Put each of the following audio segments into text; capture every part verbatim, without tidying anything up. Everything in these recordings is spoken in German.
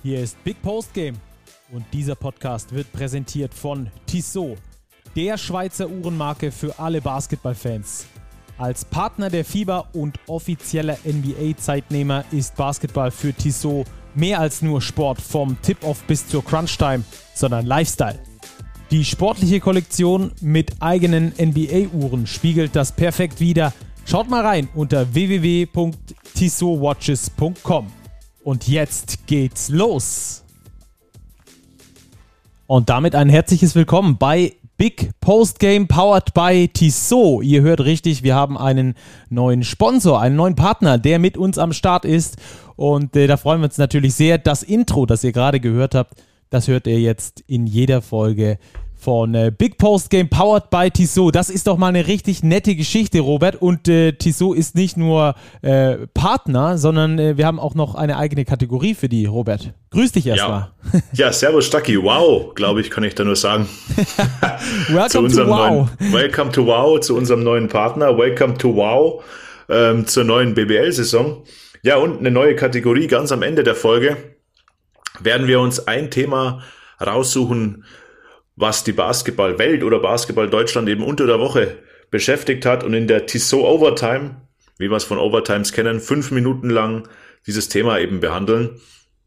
Hier ist Big Post Game und dieser Podcast wird präsentiert von Tissot, der Schweizer Uhrenmarke für alle Basketballfans. Als Partner der FIBA und offizieller N B A-Zeitnehmer ist Basketball für Tissot mehr als nur Sport vom Tip-Off bis zur Crunch-Time, sondern Lifestyle. Die sportliche Kollektion mit eigenen N B A-Uhren spiegelt das perfekt wider. Schaut mal rein unter w w w punkt tissot watches punkt com. Und jetzt geht's los. Und damit ein herzliches Willkommen bei Big Post Game powered by Tissot. Ihr hört richtig, wir haben einen neuen Sponsor, einen neuen Partner, der mit uns am Start ist. Und äh, da freuen wir uns natürlich sehr. Das Intro, das ihr gerade gehört habt, das hört ihr jetzt in jeder Folge von äh, Big Post Game powered by Tissot. Das ist doch mal eine richtig nette Geschichte, Robert. Und äh, Tissot ist nicht nur äh, Partner, sondern äh, wir haben auch noch eine eigene Kategorie für die, Robert. Grüß dich erstmal. Ja. ja, servus Stacki. Wow, glaube ich, kann ich da nur sagen. Welcome to Wow. Neuen, welcome to Wow, zu unserem neuen Partner. Welcome to Wow, ähm, zur neuen B B L-Saison. Ja, und eine neue Kategorie. Ganz am Ende der Folge werden wir uns ein Thema raussuchen, was die Basketball-Welt oder Basketball-Deutschland eben unter der Woche beschäftigt hat und in der Tissot Overtime, wie wir es von Overtimes kennen, fünf Minuten lang dieses Thema eben behandeln.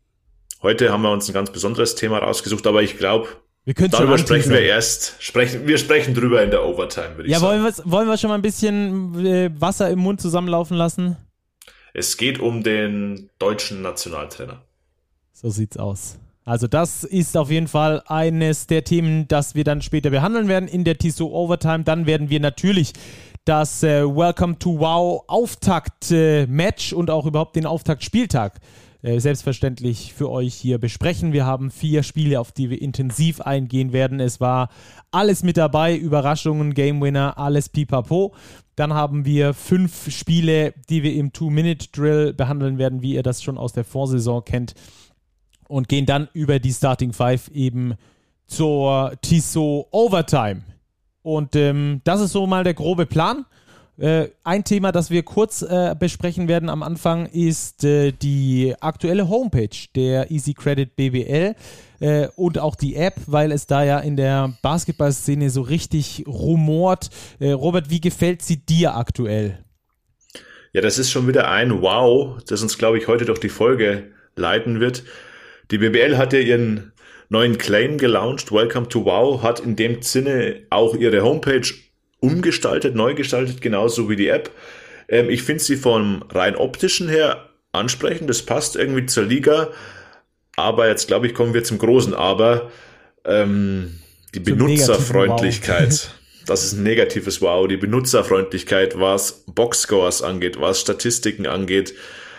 Heute haben wir uns ein ganz besonderes Thema rausgesucht, aber ich glaube, darüber sprechen wir erst, sprechen, wir sprechen drüber in der Overtime, würde ich ja, sagen. Ja, wollen, wollen wir schon mal ein bisschen äh, Wasser im Mund zusammenlaufen lassen? Es geht um den deutschen Nationaltrainer. So sieht's aus. Also das ist auf jeden Fall eines der Themen, das wir dann später behandeln werden in der Tissot Overtime. Dann werden wir natürlich das äh, Welcome to Wow Auftakt-Match äh, und auch überhaupt den Auftaktspieltag äh, selbstverständlich für euch hier besprechen. Wir haben vier Spiele, auf die wir intensiv eingehen werden. Es war alles mit dabei, Überraschungen, Game Winner, alles pipapo. Dann haben wir fünf Spiele, die wir im Two-Minute-Drill behandeln werden, wie ihr das schon aus der Vorsaison kennt. Und gehen dann über die Starting Five eben zur Tissot Overtime. Und ähm, das ist so mal der grobe Plan. Äh, ein Thema, das wir kurz äh, besprechen werden am Anfang, ist äh, die aktuelle Homepage der Easy Credit B B L äh, und auch die App, weil es da ja in der Basketballszene so richtig rumort. Äh, Robert, wie gefällt sie dir aktuell? Ja, das ist schon wieder ein Wow, das uns, glaube ich, heute durch die Folge leiten wird. Die B B L hat ja ihren neuen Claim gelauncht, Welcome to Wow, hat in dem Sinne auch ihre Homepage umgestaltet, neu gestaltet, genauso wie die App. Ähm, ich finde sie vom rein optischen her ansprechend, das passt irgendwie zur Liga, aber jetzt glaube ich, kommen wir zum großen Aber, ähm, die zum Benutzerfreundlichkeit. Wow. Das ist ein negatives Wow, die Benutzerfreundlichkeit, was Boxscores angeht, was Statistiken angeht,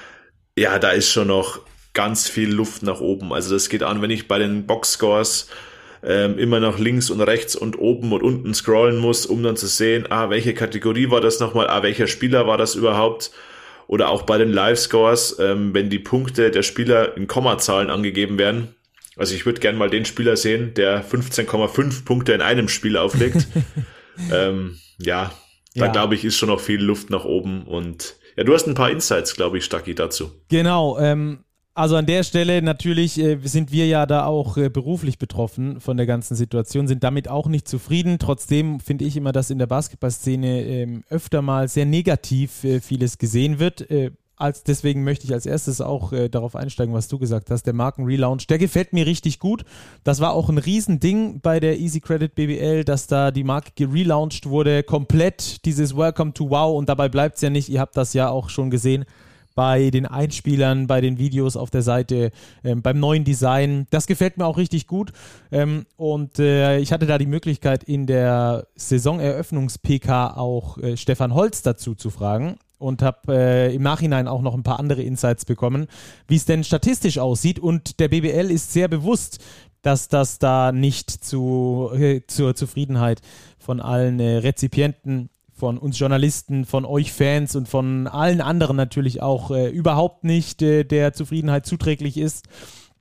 ja, da ist schon noch ganz viel Luft nach oben. Also das geht an, wenn ich bei den Boxscores ähm, immer nach links und rechts und oben und unten scrollen muss, um dann zu sehen, ah, welche Kategorie war das nochmal, ah, welcher Spieler war das überhaupt? Oder auch bei den Live-Scores, ähm, wenn die Punkte der Spieler in Kommazahlen angegeben werden. Also ich würde gerne mal den Spieler sehen, der fünfzehn Komma fünf Punkte in einem Spiel auflegt. ähm, ja, da ja. glaube ich, ist schon noch viel Luft nach oben. Und ja, du hast ein paar Insights, glaube ich, Stacki, dazu. Genau, ähm, Also an der Stelle natürlich äh, sind wir ja da auch äh, beruflich betroffen von der ganzen Situation, sind damit auch nicht zufrieden. Trotzdem finde ich immer, dass in der Basketballszene äh, öfter mal sehr negativ äh, vieles gesehen wird. Äh, als, deswegen möchte ich als erstes auch äh, darauf einsteigen, was du gesagt hast. Der Marken-Relaunch, der gefällt mir richtig gut. Das war auch ein Riesending bei der Easy Credit B B L, dass da die Marke gelauncht wurde, komplett dieses Welcome to Wow, und dabei bleibt es ja nicht. Ihr habt das ja auch schon gesehen bei den Einspielern, bei den Videos auf der Seite, ähm, beim neuen Design. Das gefällt mir auch richtig gut. Ähm, und äh, ich hatte da die Möglichkeit, in der Saisoneröffnungs-P K auch äh, Stefan Holz dazu zu fragen und habe äh, im Nachhinein auch noch ein paar andere Insights bekommen, wie es denn statistisch aussieht. Und der B B L ist sehr bewusst, dass das da nicht zu, äh, zur Zufriedenheit von allen äh, Rezipienten, von uns Journalisten, von euch Fans und von allen anderen natürlich auch äh, überhaupt nicht äh, der Zufriedenheit zuträglich ist.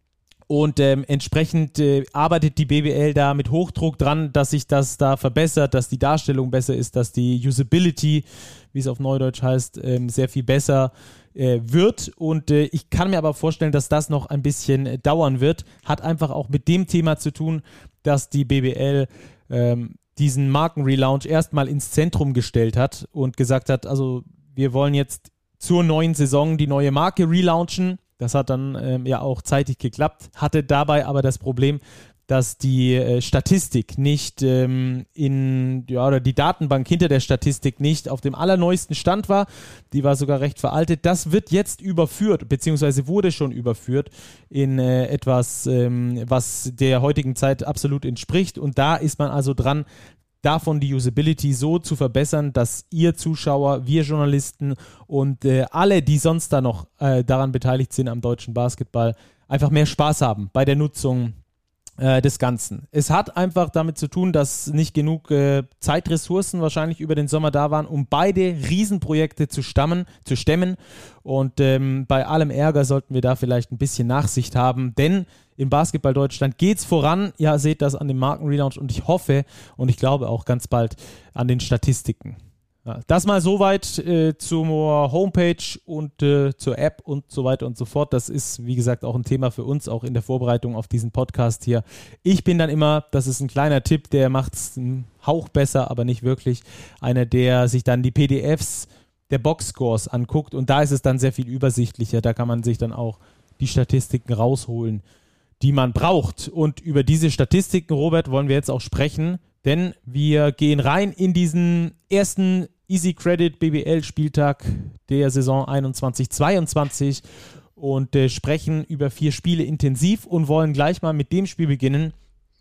Und ähm, entsprechend äh, arbeitet die B B L da mit Hochdruck dran, dass sich das da verbessert, dass die Darstellung besser ist, dass die Usability, wie es auf Neudeutsch heißt, ähm, sehr viel besser äh, wird. Und äh, ich kann mir aber vorstellen, dass das noch ein bisschen äh, dauern wird. Hat einfach auch mit dem Thema zu tun, dass die B B L ähm, diesen Markenrelaunch erstmal ins Zentrum gestellt hat und gesagt hat, also wir wollen jetzt zur neuen Saison die neue Marke relaunchen. Das hat dann ähm, ja auch zeitig geklappt, hatte dabei aber das Problem, dass die äh, Statistik nicht ähm, in, ja, oder die Datenbank hinter der Statistik nicht auf dem allerneuesten Stand war. Die war sogar recht veraltet. Das wird jetzt überführt, beziehungsweise wurde schon überführt in äh, etwas, ähm, was der heutigen Zeit absolut entspricht. Und da ist man also dran, davon die Usability so zu verbessern, dass ihr Zuschauer, wir Journalisten und äh, alle, die sonst da noch äh, daran beteiligt sind am deutschen Basketball, einfach mehr Spaß haben bei der Nutzung äh, des Ganzen. Es hat einfach damit zu tun, dass nicht genug äh, Zeitressourcen wahrscheinlich über den Sommer da waren, um beide Riesenprojekte zu stammen, zu stemmen. Und ähm, bei allem Ärger sollten wir da vielleicht ein bisschen Nachsicht haben, denn im Basketball Deutschland geht's voran. Ja, seht das an dem Markenrelaunch und ich hoffe und ich glaube auch ganz bald an den Statistiken. Ja, das mal soweit äh, zur Homepage und äh, zur App und so weiter und so fort. Das ist, wie gesagt, auch ein Thema für uns, auch in der Vorbereitung auf diesen Podcast hier. Ich bin dann immer, das ist ein kleiner Tipp, der macht es einen Hauch besser, aber nicht wirklich, einer, der sich dann die P D Fs der Boxscores anguckt und da ist es dann sehr viel übersichtlicher. Da kann man sich dann auch die Statistiken rausholen, die man braucht. Und über diese Statistiken, Robert, wollen wir jetzt auch sprechen, denn wir gehen rein in diesen ersten Easy Credit B B L-Spieltag der Saison einundzwanzig zweiundzwanzig und äh, sprechen über vier Spiele intensiv und wollen gleich mal mit dem Spiel beginnen,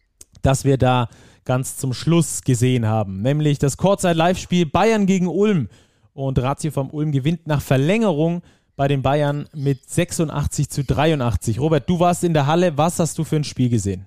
das wir da ganz zum Schluss gesehen haben, nämlich das Courtside-Live-Spiel Bayern gegen Ulm. Und Ratio vom Ulm gewinnt nach Verlängerung bei den Bayern mit sechsundachtzig zu dreiundachtzig. Robert, du warst in der Halle. Was hast du für ein Spiel gesehen?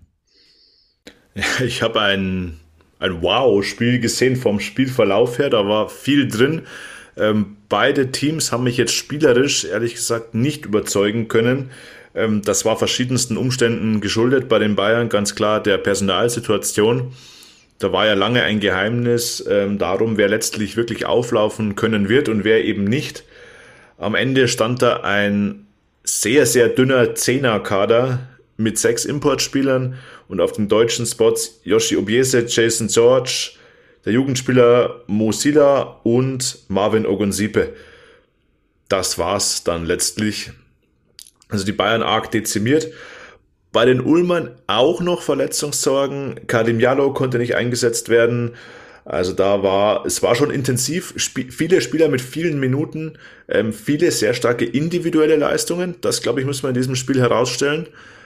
Ja, ich habe ein, ein Wow-Spiel gesehen vom Spielverlauf her. Da war viel drin. Ähm, beide Teams haben mich jetzt spielerisch, ehrlich gesagt, nicht überzeugen können. Ähm, das war verschiedensten Umständen geschuldet bei den Bayern. Ganz klar der Personalsituation. Da war ja lange ein Geheimnis ähm, darum, wer letztlich wirklich auflaufen können wird und wer eben nicht. Am Ende stand da ein sehr, sehr dünner Zehner-Kader mit sechs Importspielern und auf den deutschen Spots Yoshi Obiese, Jason George, der Jugendspieler Mo Sila und Marvin Ogunsipe. Das war's dann letztlich. Also die Bayern arg dezimiert. Bei den Ulmern auch noch Verletzungssorgen. Kadim Jallow konnte nicht eingesetzt werden. Also da war, es war schon intensiv, Sp- viele Spieler mit vielen Minuten, ähm, viele sehr starke individuelle Leistungen. Das, glaube ich, muss man in diesem Spiel herausstellen.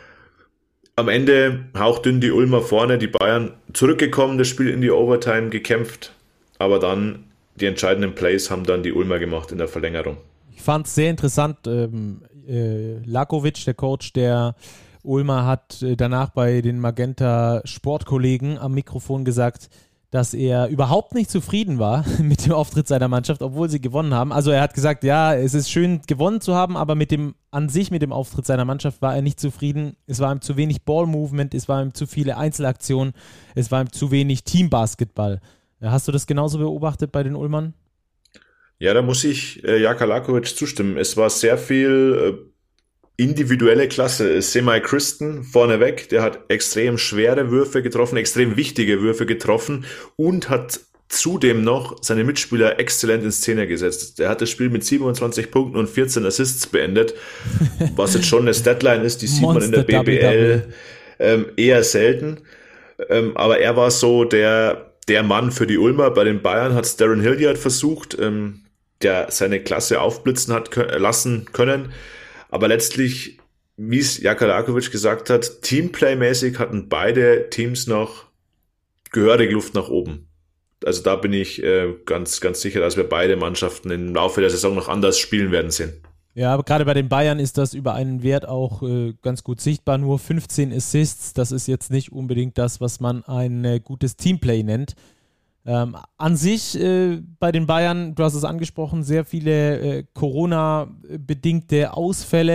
Am Ende hauchdünn die Ulmer vorne, die Bayern zurückgekommen, das Spiel in die Overtime gekämpft. Aber dann die entscheidenden Plays haben dann die Ulmer gemacht in der Verlängerung. Ich fand es sehr interessant. Ähm, äh, Lakovic, der Coach der Ulmer, hat äh, danach bei den Magenta Sportkollegen am Mikrofon gesagt, dass er überhaupt nicht zufrieden war mit dem Auftritt seiner Mannschaft, obwohl sie gewonnen haben. Also er hat gesagt, ja, es ist schön gewonnen zu haben, aber mit dem an sich mit dem Auftritt seiner Mannschaft war er nicht zufrieden. Es war ihm zu wenig Ball-Movement, es war ihm zu viele Einzelaktionen, es war ihm zu wenig Teambasketball. Hast du das genauso beobachtet bei den Ulmern? Ja, da muss ich äh, Jaka Lakovic zustimmen. Es war sehr viel äh, individuelle Klasse. Semai Christen vorneweg, der hat extrem schwere Würfe getroffen, extrem wichtige Würfe getroffen und hat zudem noch seine Mitspieler exzellent in Szene gesetzt. Der hat das Spiel mit siebenundzwanzig Punkten und vierzehn Assists beendet, was jetzt schon eine Statline ist, die sieht man in der B B L ähm, eher selten. Ähm, aber er war so der, der Mann für die Ulmer. Bei den Bayern hat es Darren Hilliard versucht, ähm, der seine Klasse aufblitzen hat kö- lassen können. Aber letztlich, wie es Jaka Lakovic gesagt hat, Teamplay-mäßig hatten beide Teams noch gehörige Luft nach oben. Also da bin ich äh, ganz, ganz sicher, dass wir beide Mannschaften im Laufe der Saison noch anders spielen werden sehen. Ja, aber gerade bei den Bayern ist das über einen Wert auch äh, ganz gut sichtbar. Nur fünfzehn Assists, das ist jetzt nicht unbedingt das, was man ein äh, gutes Teamplay nennt. Ähm, an sich äh, bei den Bayern, du hast es angesprochen, sehr viele äh, Corona-bedingte Ausfälle.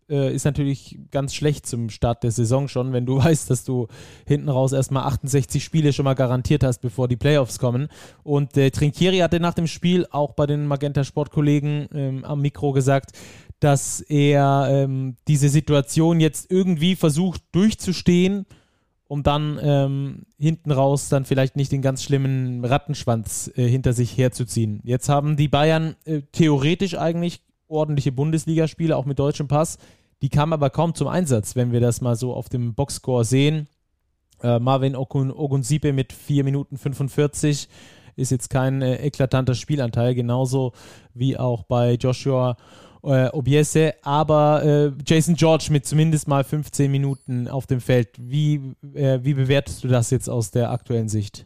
äh, ist natürlich ganz schlecht zum Start der Saison schon, wenn du weißt, dass du hinten raus erstmal achtundsechzig Spiele schon mal garantiert hast, bevor die Playoffs kommen. Und äh, Trinchieri hatte nach dem Spiel auch bei den Magenta Sport-Kollegen ähm, am Mikro gesagt, dass er ähm, diese Situation jetzt irgendwie versucht durchzustehen, um dann ähm, hinten raus dann vielleicht nicht den ganz schlimmen Rattenschwanz äh, hinter sich herzuziehen. Jetzt haben die Bayern äh, theoretisch eigentlich ordentliche Bundesligaspiele, auch mit deutschem Pass. Die kamen aber kaum zum Einsatz, wenn wir das mal so auf dem Boxscore sehen. Äh, Marvin Ogun- Ogunsipe mit vier Minuten fünfundvierzig ist jetzt kein äh, eklatanter Spielanteil, genauso wie auch bei Joshua Äh, Obiese, aber äh, Jason George mit zumindest mal fünfzehn Minuten auf dem Feld. Wie, äh, wie bewertest du das jetzt aus der aktuellen Sicht?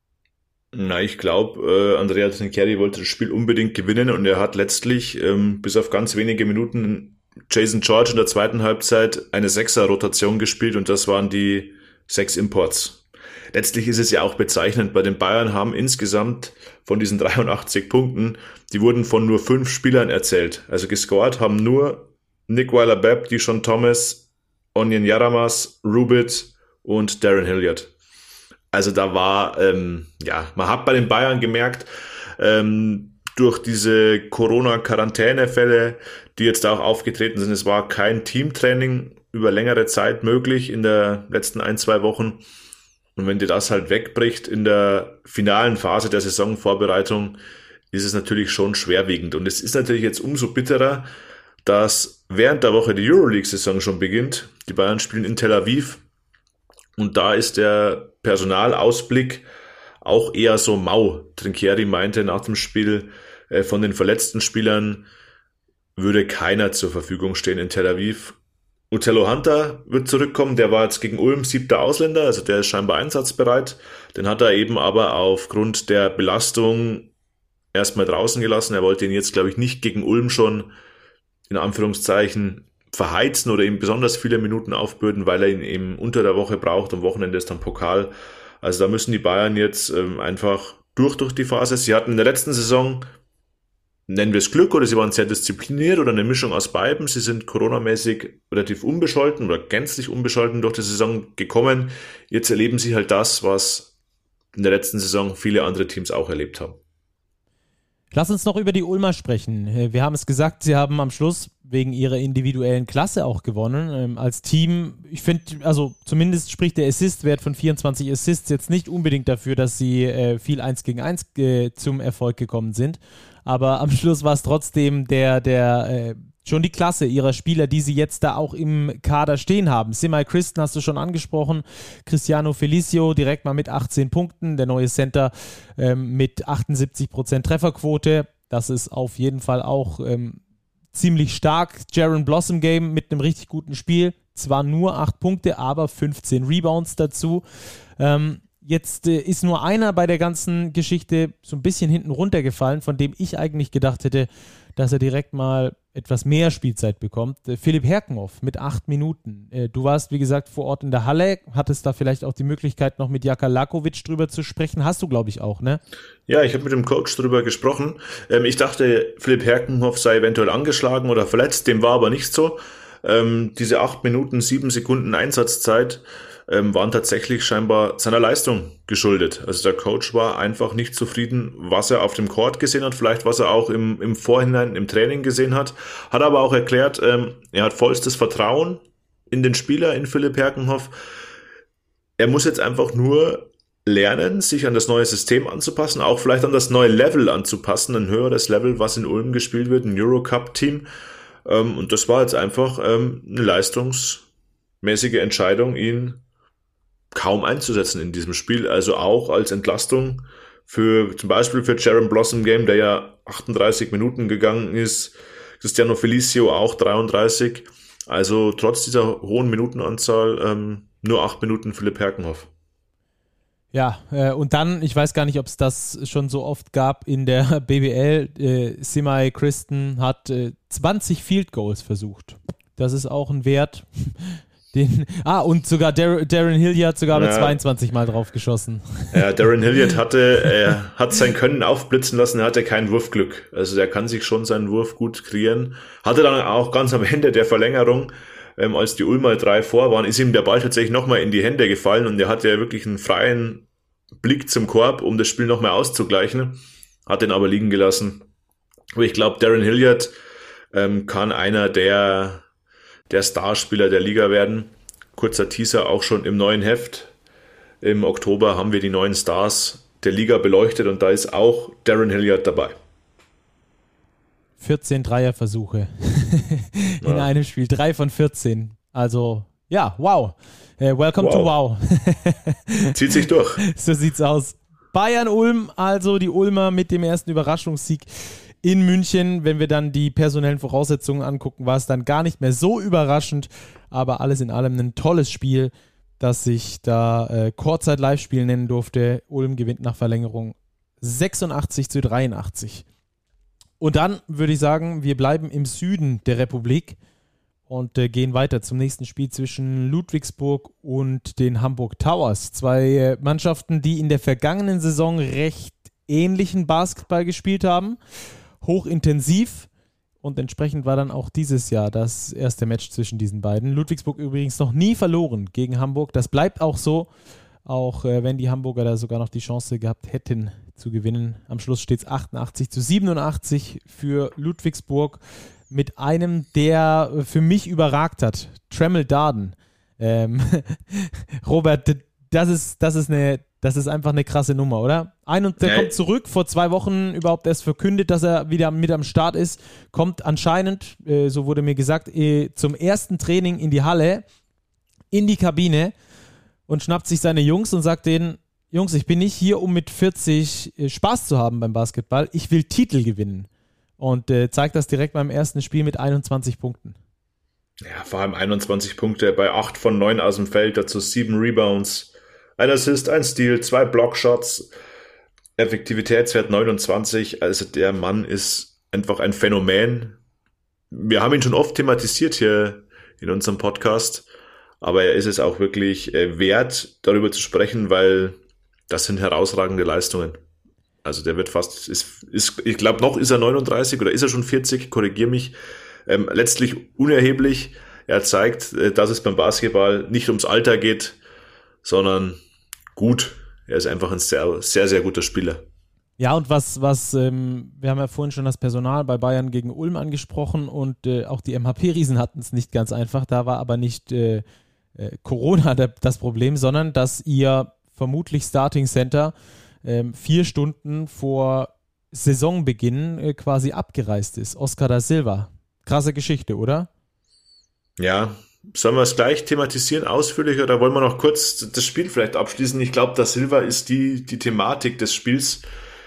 Na, ich glaube, äh, Andrea Trinchieri wollte das Spiel unbedingt gewinnen und er hat letztlich ähm, bis auf ganz wenige Minuten Jason George in der zweiten Halbzeit eine Sechser-Rotation gespielt und das waren die sechs Imports. Letztlich ist es ja auch bezeichnend, bei den Bayern haben insgesamt von diesen dreiundachtzig Punkten, die wurden von nur fünf Spielern erzählt. Also gescored haben nur Nick Weiler-Bepp, Dijon Thomas, Onion Yaramas, Rubit und Darren Hilliard. Also da war, ähm, ja, man hat bei den Bayern gemerkt, ähm, durch diese Corona-Quarantänefälle, die jetzt auch aufgetreten sind, es war kein Teamtraining über längere Zeit möglich in der letzten ein, zwei Wochen. Und wenn dir das halt wegbricht in der finalen Phase der Saisonvorbereitung, ist es natürlich schon schwerwiegend. Und es ist natürlich jetzt umso bitterer, dass während der Woche die Euroleague-Saison schon beginnt. Die Bayern spielen in Tel Aviv und da ist der Personalausblick auch eher so mau. Trinchieri meinte nach dem Spiel, äh, von den verletzten Spielern würde keiner zur Verfügung stehen in Tel Aviv. Otello Hunter wird zurückkommen, der war jetzt gegen Ulm siebter Ausländer, also der ist scheinbar einsatzbereit. Den hat er eben aber aufgrund der Belastung erstmal draußen gelassen. Er wollte ihn jetzt, glaube ich, nicht gegen Ulm schon in Anführungszeichen verheizen oder ihm besonders viele Minuten aufbürden, weil er ihn eben unter der Woche braucht. Am Wochenende ist dann Pokal. Also da müssen die Bayern jetzt ähm, einfach durch durch die Phase. Sie hatten in der letzten Saison, nennen wir es Glück, oder sie waren sehr diszipliniert oder eine Mischung aus beiden. Sie sind coronamäßig relativ unbescholten oder gänzlich unbescholten durch die Saison gekommen. Jetzt erleben sie halt das, was in der letzten Saison viele andere Teams auch erlebt haben. Lass uns noch über die Ulmer sprechen. Wir haben es gesagt, sie haben am Schluss wegen ihrer individuellen Klasse auch gewonnen. Ähm, als Team, ich finde, also zumindest spricht der Assist-Wert von vierundzwanzig Assists jetzt nicht unbedingt dafür, dass sie äh, viel eins gegen eins äh, zum Erfolg gekommen sind. Aber am Schluss war es trotzdem der, der äh, schon die Klasse ihrer Spieler, die sie jetzt da auch im Kader stehen haben. Simai Christen hast du schon angesprochen, Cristiano Felicio direkt mal mit achtzehn Punkten, der neue Center ähm, mit achtundsiebzig Prozent Trefferquote. Das ist auf jeden Fall auch ähm, ziemlich stark. Jaron Blossom Game mit einem richtig guten Spiel. Zwar nur acht Punkte, aber fünfzehn Rebounds dazu. Ähm, Jetzt äh, ist nur einer bei der ganzen Geschichte so ein bisschen hinten runtergefallen, von dem ich eigentlich gedacht hätte, dass er direkt mal etwas mehr Spielzeit bekommt. Äh, Philipp Herkenhoff mit acht Minuten. Äh, du warst, wie gesagt, vor Ort in der Halle, hattest da vielleicht auch die Möglichkeit, noch mit Jaka Lakovic drüber zu sprechen. Hast du, glaube ich, auch, ne? Ja, ich habe mit dem Coach drüber gesprochen. Ähm, ich dachte, Philipp Herkenhoff sei eventuell angeschlagen oder verletzt, dem war aber nicht so. Ähm, diese acht Minuten, sieben Sekunden Einsatzzeit ähm, waren tatsächlich scheinbar seiner Leistung geschuldet. Also der Coach war einfach nicht zufrieden, was er auf dem Court gesehen hat, vielleicht was er auch im, im Vorhinein im Training gesehen hat, hat aber auch erklärt, ähm, er hat vollstes Vertrauen in den Spieler, in Philipp Herkenhoff. Er muss jetzt einfach nur lernen, sich an das neue System anzupassen, auch vielleicht an das neue Level anzupassen, ein höheres Level, was in Ulm gespielt wird, ein Eurocup-Team. Ähm, und das war jetzt einfach ähm, eine leistungsmäßige Entscheidung, ihn kaum einzusetzen in diesem Spiel, also auch als Entlastung für zum Beispiel für Jaron Blossom Game, der ja achtunddreißig Minuten gegangen ist, Cristiano Felicio auch dreiunddreißig, also trotz dieser hohen Minutenanzahl ähm, nur acht Minuten Philipp Herkenhoff. Ja, äh, und dann, ich weiß gar nicht, ob es das schon so oft gab in der B B L, äh, Simai Christen hat äh, zwanzig Field Goals versucht. Das ist auch ein Wert, Den, ah, und sogar Dar- Darren Hilliard sogar mit ja. zweiundzwanzig Mal drauf geschossen. Ja, Darren Hilliard hatte, er hat sein Können aufblitzen lassen, er hatte kein Wurfglück. Also der kann sich schon seinen Wurf gut kreieren. Hatte dann auch ganz am Ende der Verlängerung, ähm, als die Ulmer drei vor waren, ist ihm der Ball tatsächlich nochmal in die Hände gefallen und er hatte ja wirklich einen freien Blick zum Korb, um das Spiel nochmal auszugleichen. Hat den aber liegen gelassen. Aber ich glaube, Darren Hilliard ähm, kann einer der der Starspieler der Liga werden. Kurzer Teaser auch schon im neuen Heft. Im Oktober haben wir die neuen Stars der Liga beleuchtet und da ist auch Darren Hilliard dabei. vierzehn Dreierversuche in ja. einem Spiel. Drei von vierzehn. Also, ja, wow. Uh, welcome wow. to wow. Zieht sich durch. So sieht's aus. Bayern-Ulm, also die Ulmer mit dem ersten Überraschungssieg in München. Wenn wir dann die personellen Voraussetzungen angucken, war es dann gar nicht mehr so überraschend, aber alles in allem ein tolles Spiel, das sich da äh, Kurzzeit-Live-Spiel nennen durfte. Ulm gewinnt nach Verlängerung sechsundachtzig zu dreiundachtzig. Und dann würde ich sagen, wir bleiben im Süden der Republik und äh, gehen weiter zum nächsten Spiel zwischen Ludwigsburg und den Hamburg Towers. Zwei äh, Mannschaften, die in der vergangenen Saison recht ähnlichen Basketball gespielt haben. Hochintensiv und entsprechend war dann auch dieses Jahr das erste Match zwischen diesen beiden. Ludwigsburg übrigens noch nie verloren gegen Hamburg. Das bleibt auch so, auch äh, wenn die Hamburger da sogar noch die Chance gehabt hätten zu gewinnen. Am Schluss steht es achtundachtzig zu siebenundachtzig für Ludwigsburg mit einem, der für mich überragt hat, Tremel Darden. Ähm, Robert, das ist, das ist eine Das ist einfach eine krasse Nummer, oder? Ein und der nee. kommt zurück, vor zwei Wochen überhaupt erst verkündet, dass er wieder mit am Start ist, kommt anscheinend, äh, so wurde mir gesagt, äh, zum ersten Training in die Halle, in die Kabine und schnappt sich seine Jungs und sagt denen, Jungs, ich bin nicht hier, um mit vierzig äh, Spaß zu haben beim Basketball, ich will Titel gewinnen. Und äh, zeigt das direkt beim ersten Spiel mit einundzwanzig Punkten. Ja, vor allem einundzwanzig Punkte bei acht von neun aus dem Feld, dazu sieben Rebounds. Ein Assist, ein Steal, zwei Blockshots, Effektivitätswert neunundzwanzig. Also der Mann ist einfach ein Phänomen. Wir haben ihn schon oft thematisiert hier in unserem Podcast, aber er ist es auch wirklich wert, darüber zu sprechen, weil das sind herausragende Leistungen. Also der wird fast, ist, ist, ich glaube noch ist er neununddreißig oder ist er schon vierzig, korrigier mich, ähm, letztlich unerheblich. Er zeigt, dass es beim Basketball nicht ums Alter geht, sondern gut. Er ist einfach ein sehr, sehr, sehr guter Spieler. Ja, und was, was ähm, wir haben ja vorhin schon das Personal bei Bayern gegen Ulm angesprochen und äh, auch die M H P-Riesen hatten es nicht ganz einfach. Da war aber nicht äh, äh, Corona der, das Problem, sondern dass ihr vermutlich Starting Center äh, vier Stunden vor Saisonbeginn äh, quasi abgereist ist. Oscar da Silva. Krasse Geschichte, oder? Ja. Sollen wir es gleich thematisieren, ausführlicher, oder wollen wir noch kurz das Spiel vielleicht abschließen? Ich glaube, da Silva ist die, die Thematik des Spiels.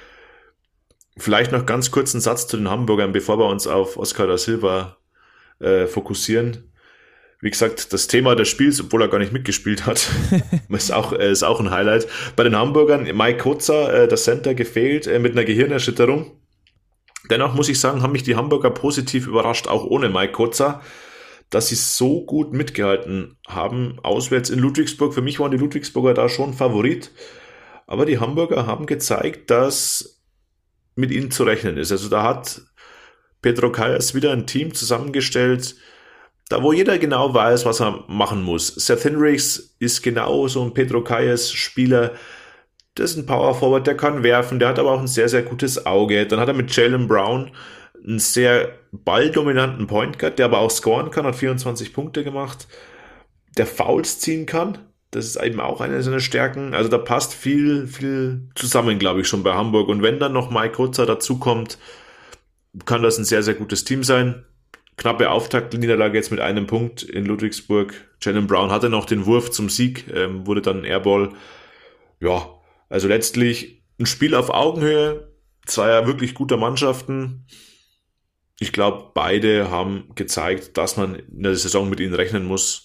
Vielleicht noch ganz kurz einen Satz zu den Hamburgern, bevor wir uns auf Oscar da Silva äh, fokussieren. Wie gesagt, das Thema des Spiels, obwohl er gar nicht mitgespielt hat, ist, auch, äh, ist auch ein Highlight. Bei den Hamburgern, Mike Koza, äh, der Center, gefehlt äh, mit einer Gehirnerschütterung. Dennoch muss ich sagen, haben mich die Hamburger positiv überrascht, auch ohne Mike Koza, dass sie so gut mitgehalten haben, auswärts in Ludwigsburg. Für mich waren die Ludwigsburger da schon Favorit, aber die Hamburger haben gezeigt, dass mit ihnen zu rechnen ist. Also da hat Pedro Calles wieder ein Team zusammengestellt, da wo jeder genau weiß, was er machen muss. Seth Hinrichs ist genau so ein Pedro Calles Spieler, das ist ein Power Forward, der kann werfen, der hat aber auch ein sehr, sehr gutes Auge. Dann hat er mit Jaylen Brown einen sehr balldominanten Point Guard, der aber auch scoren kann, hat vierundzwanzig Punkte gemacht, der Fouls ziehen kann, das ist eben auch eine seiner Stärken, also da passt viel, viel zusammen, glaube ich, schon bei Hamburg, und wenn dann noch Mike Koza dazukommt, kann das ein sehr, sehr gutes Team sein. Knappe Auftaktniederlage jetzt mit einem Punkt in Ludwigsburg. Jaylen Brown hatte noch den Wurf zum Sieg, ähm, wurde dann ein Airball. Ja, also letztlich ein Spiel auf Augenhöhe, zweier wirklich guter Mannschaften. Ich glaube, beide haben gezeigt, dass man in der Saison mit ihnen rechnen muss.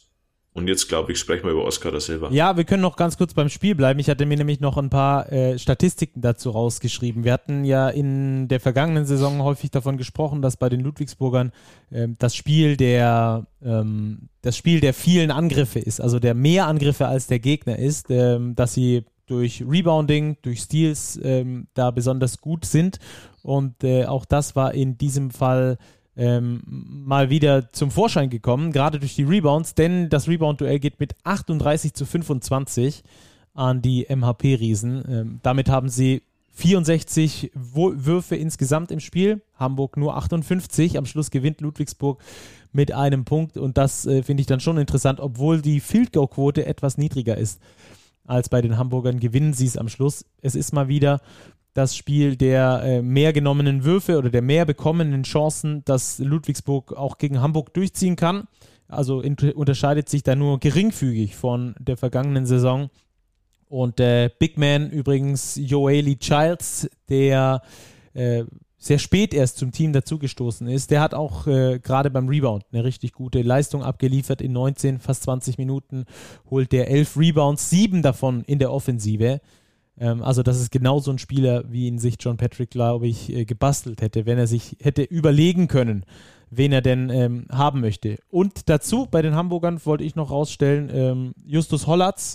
Und jetzt, glaube ich, sprechen wir über Oscar da Silva. Ja, wir können noch ganz kurz beim Spiel bleiben. Ich hatte mir nämlich noch ein paar äh, Statistiken dazu rausgeschrieben. Wir hatten ja in der vergangenen Saison häufig davon gesprochen, dass bei den Ludwigsburgern äh, das Spiel der ähm, das Spiel der vielen Angriffe ist, also der mehr Angriffe als der Gegner ist, ähm, dass sie durch Rebounding, durch Steals ähm, da besonders gut sind. Und äh, auch das war in diesem Fall Ähm, mal wieder zum Vorschein gekommen, gerade durch die Rebounds, denn das Rebound-Duell geht mit achtunddreißig zu fünfundzwanzig an die M H P-Riesen. Ähm, damit haben sie vierundsechzig Wo- Würfe insgesamt im Spiel, Hamburg nur achtundfünfzig, am Schluss gewinnt Ludwigsburg mit einem Punkt und das äh, finde ich dann schon interessant, obwohl die Field-Goal-Quote etwas niedriger ist als bei den Hamburgern, gewinnen sie es am Schluss. Es ist mal wieder das Spiel der äh, mehr genommenen Würfe oder der mehr bekommenen Chancen, dass Ludwigsburg auch gegen Hamburg durchziehen kann. Also in, unterscheidet sich da nur geringfügig von der vergangenen Saison. Und äh, Big Man übrigens Yoeli Childs, der äh, sehr spät erst zum Team dazugestoßen ist, der hat auch äh, gerade beim Rebound eine richtig gute Leistung abgeliefert. In neunzehn, fast zwanzig Minuten holt der elf Rebounds, sieben davon in der Offensive. Also das ist genau so ein Spieler, wie ihn sich John Patrick, glaube ich, gebastelt hätte, wenn er sich hätte überlegen können, wen er denn ähm, haben möchte. Und dazu, bei den Hamburgern wollte ich noch rausstellen, ähm, Justus Hollatz,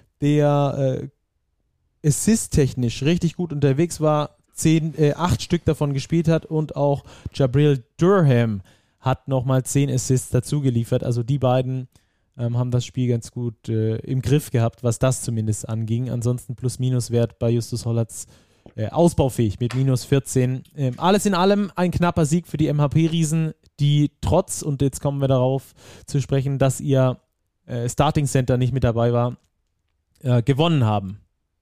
der äh, assist-technisch richtig gut unterwegs war, zehn, äh, acht Stück davon gespielt hat und auch Jabril Durham hat nochmal zehn Assists dazu geliefert. Also die beiden Ähm, haben das Spiel ganz gut äh, im Griff gehabt, was das zumindest anging. Ansonsten Plus-Minus-Wert bei Justus Hollatz äh, ausbaufähig mit minus vierzehn. Ähm, alles in allem ein knapper Sieg für die M H P-Riesen, die trotz, und jetzt kommen wir darauf zu sprechen, dass ihr äh, Starting Center nicht mit dabei war, äh, gewonnen haben.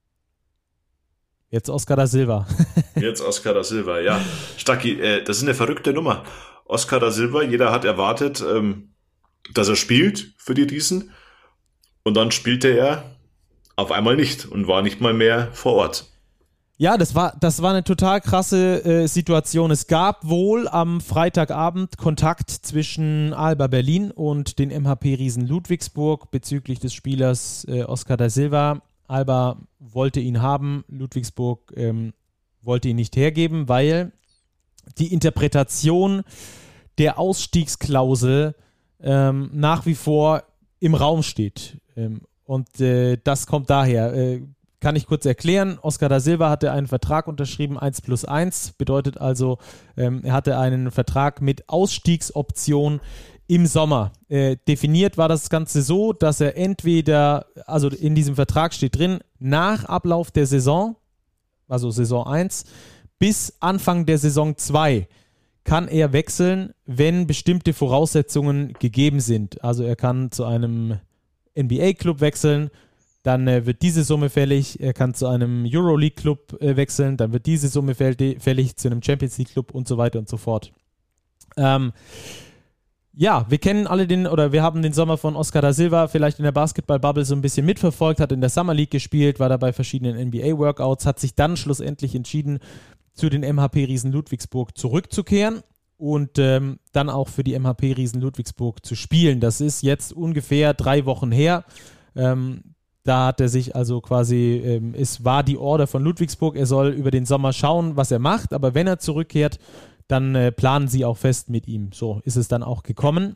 Jetzt Oscar da Silva. Jetzt Oscar da Silva, ja. Stacki, äh, das ist eine verrückte Nummer. Oscar da Silva, jeder hat erwartet, ähm, dass er spielt für die Riesen und dann spielte er auf einmal nicht und war nicht mal mehr vor Ort. Ja, das war, das war eine total krasse äh, Situation. Es gab wohl am Freitagabend Kontakt zwischen Alba Berlin und den M H P-Riesen Ludwigsburg bezüglich des Spielers äh, Oscar da Silva. Alba wollte ihn haben, Ludwigsburg ähm, wollte ihn nicht hergeben, weil die Interpretation der Ausstiegsklausel Ähm, nach wie vor im Raum steht. Ähm, und äh, das kommt daher. Äh, kann ich kurz erklären. Oscar da Silva hatte einen Vertrag unterschrieben, eins plus eins, bedeutet also, ähm, er hatte einen Vertrag mit Ausstiegsoption im Sommer. Äh, definiert war das Ganze so, dass er entweder, also in diesem Vertrag steht drin, nach Ablauf der Saison, also Saison eins, bis Anfang der Saison zwei, kann er wechseln, wenn bestimmte Voraussetzungen gegeben sind. Also er kann zu einem N B A-Club wechseln, dann äh, wird diese Summe fällig. Er kann zu einem Euroleague-Club äh, wechseln, dann wird diese Summe fällig, fällig zu einem Champions League-Club und so weiter und so fort. Ähm, ja, wir kennen alle den, oder wir haben den Sommer von Oscar da Silva vielleicht in der Basketball-Bubble so ein bisschen mitverfolgt, hat in der Summer League gespielt, war da bei verschiedenen N B A-Workouts, hat sich dann schlussendlich entschieden, zu den M H P-Riesen Ludwigsburg zurückzukehren und ähm, dann auch für die M H P-Riesen Ludwigsburg zu spielen. Das ist jetzt ungefähr drei Wochen her. Ähm, da hat er sich also quasi, ähm, es war die Order von Ludwigsburg, er soll über den Sommer schauen, was er macht, aber wenn er zurückkehrt, dann äh, planen sie auch fest mit ihm. So ist es dann auch gekommen.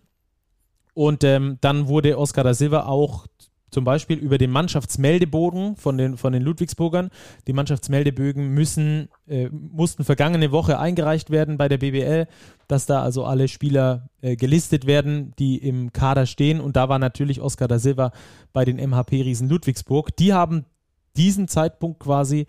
Und ähm, dann wurde Oscar da Silva auch zum Beispiel über den Mannschaftsmeldebogen von den, von den Ludwigsburgern. Die Mannschaftsmeldebögen müssen, äh, mussten vergangene Woche eingereicht werden bei der B B L, dass da also alle Spieler äh, gelistet werden, die im Kader stehen. Und da war natürlich Oscar da Silva bei den M H P-Riesen Ludwigsburg. Die haben diesen Zeitpunkt quasi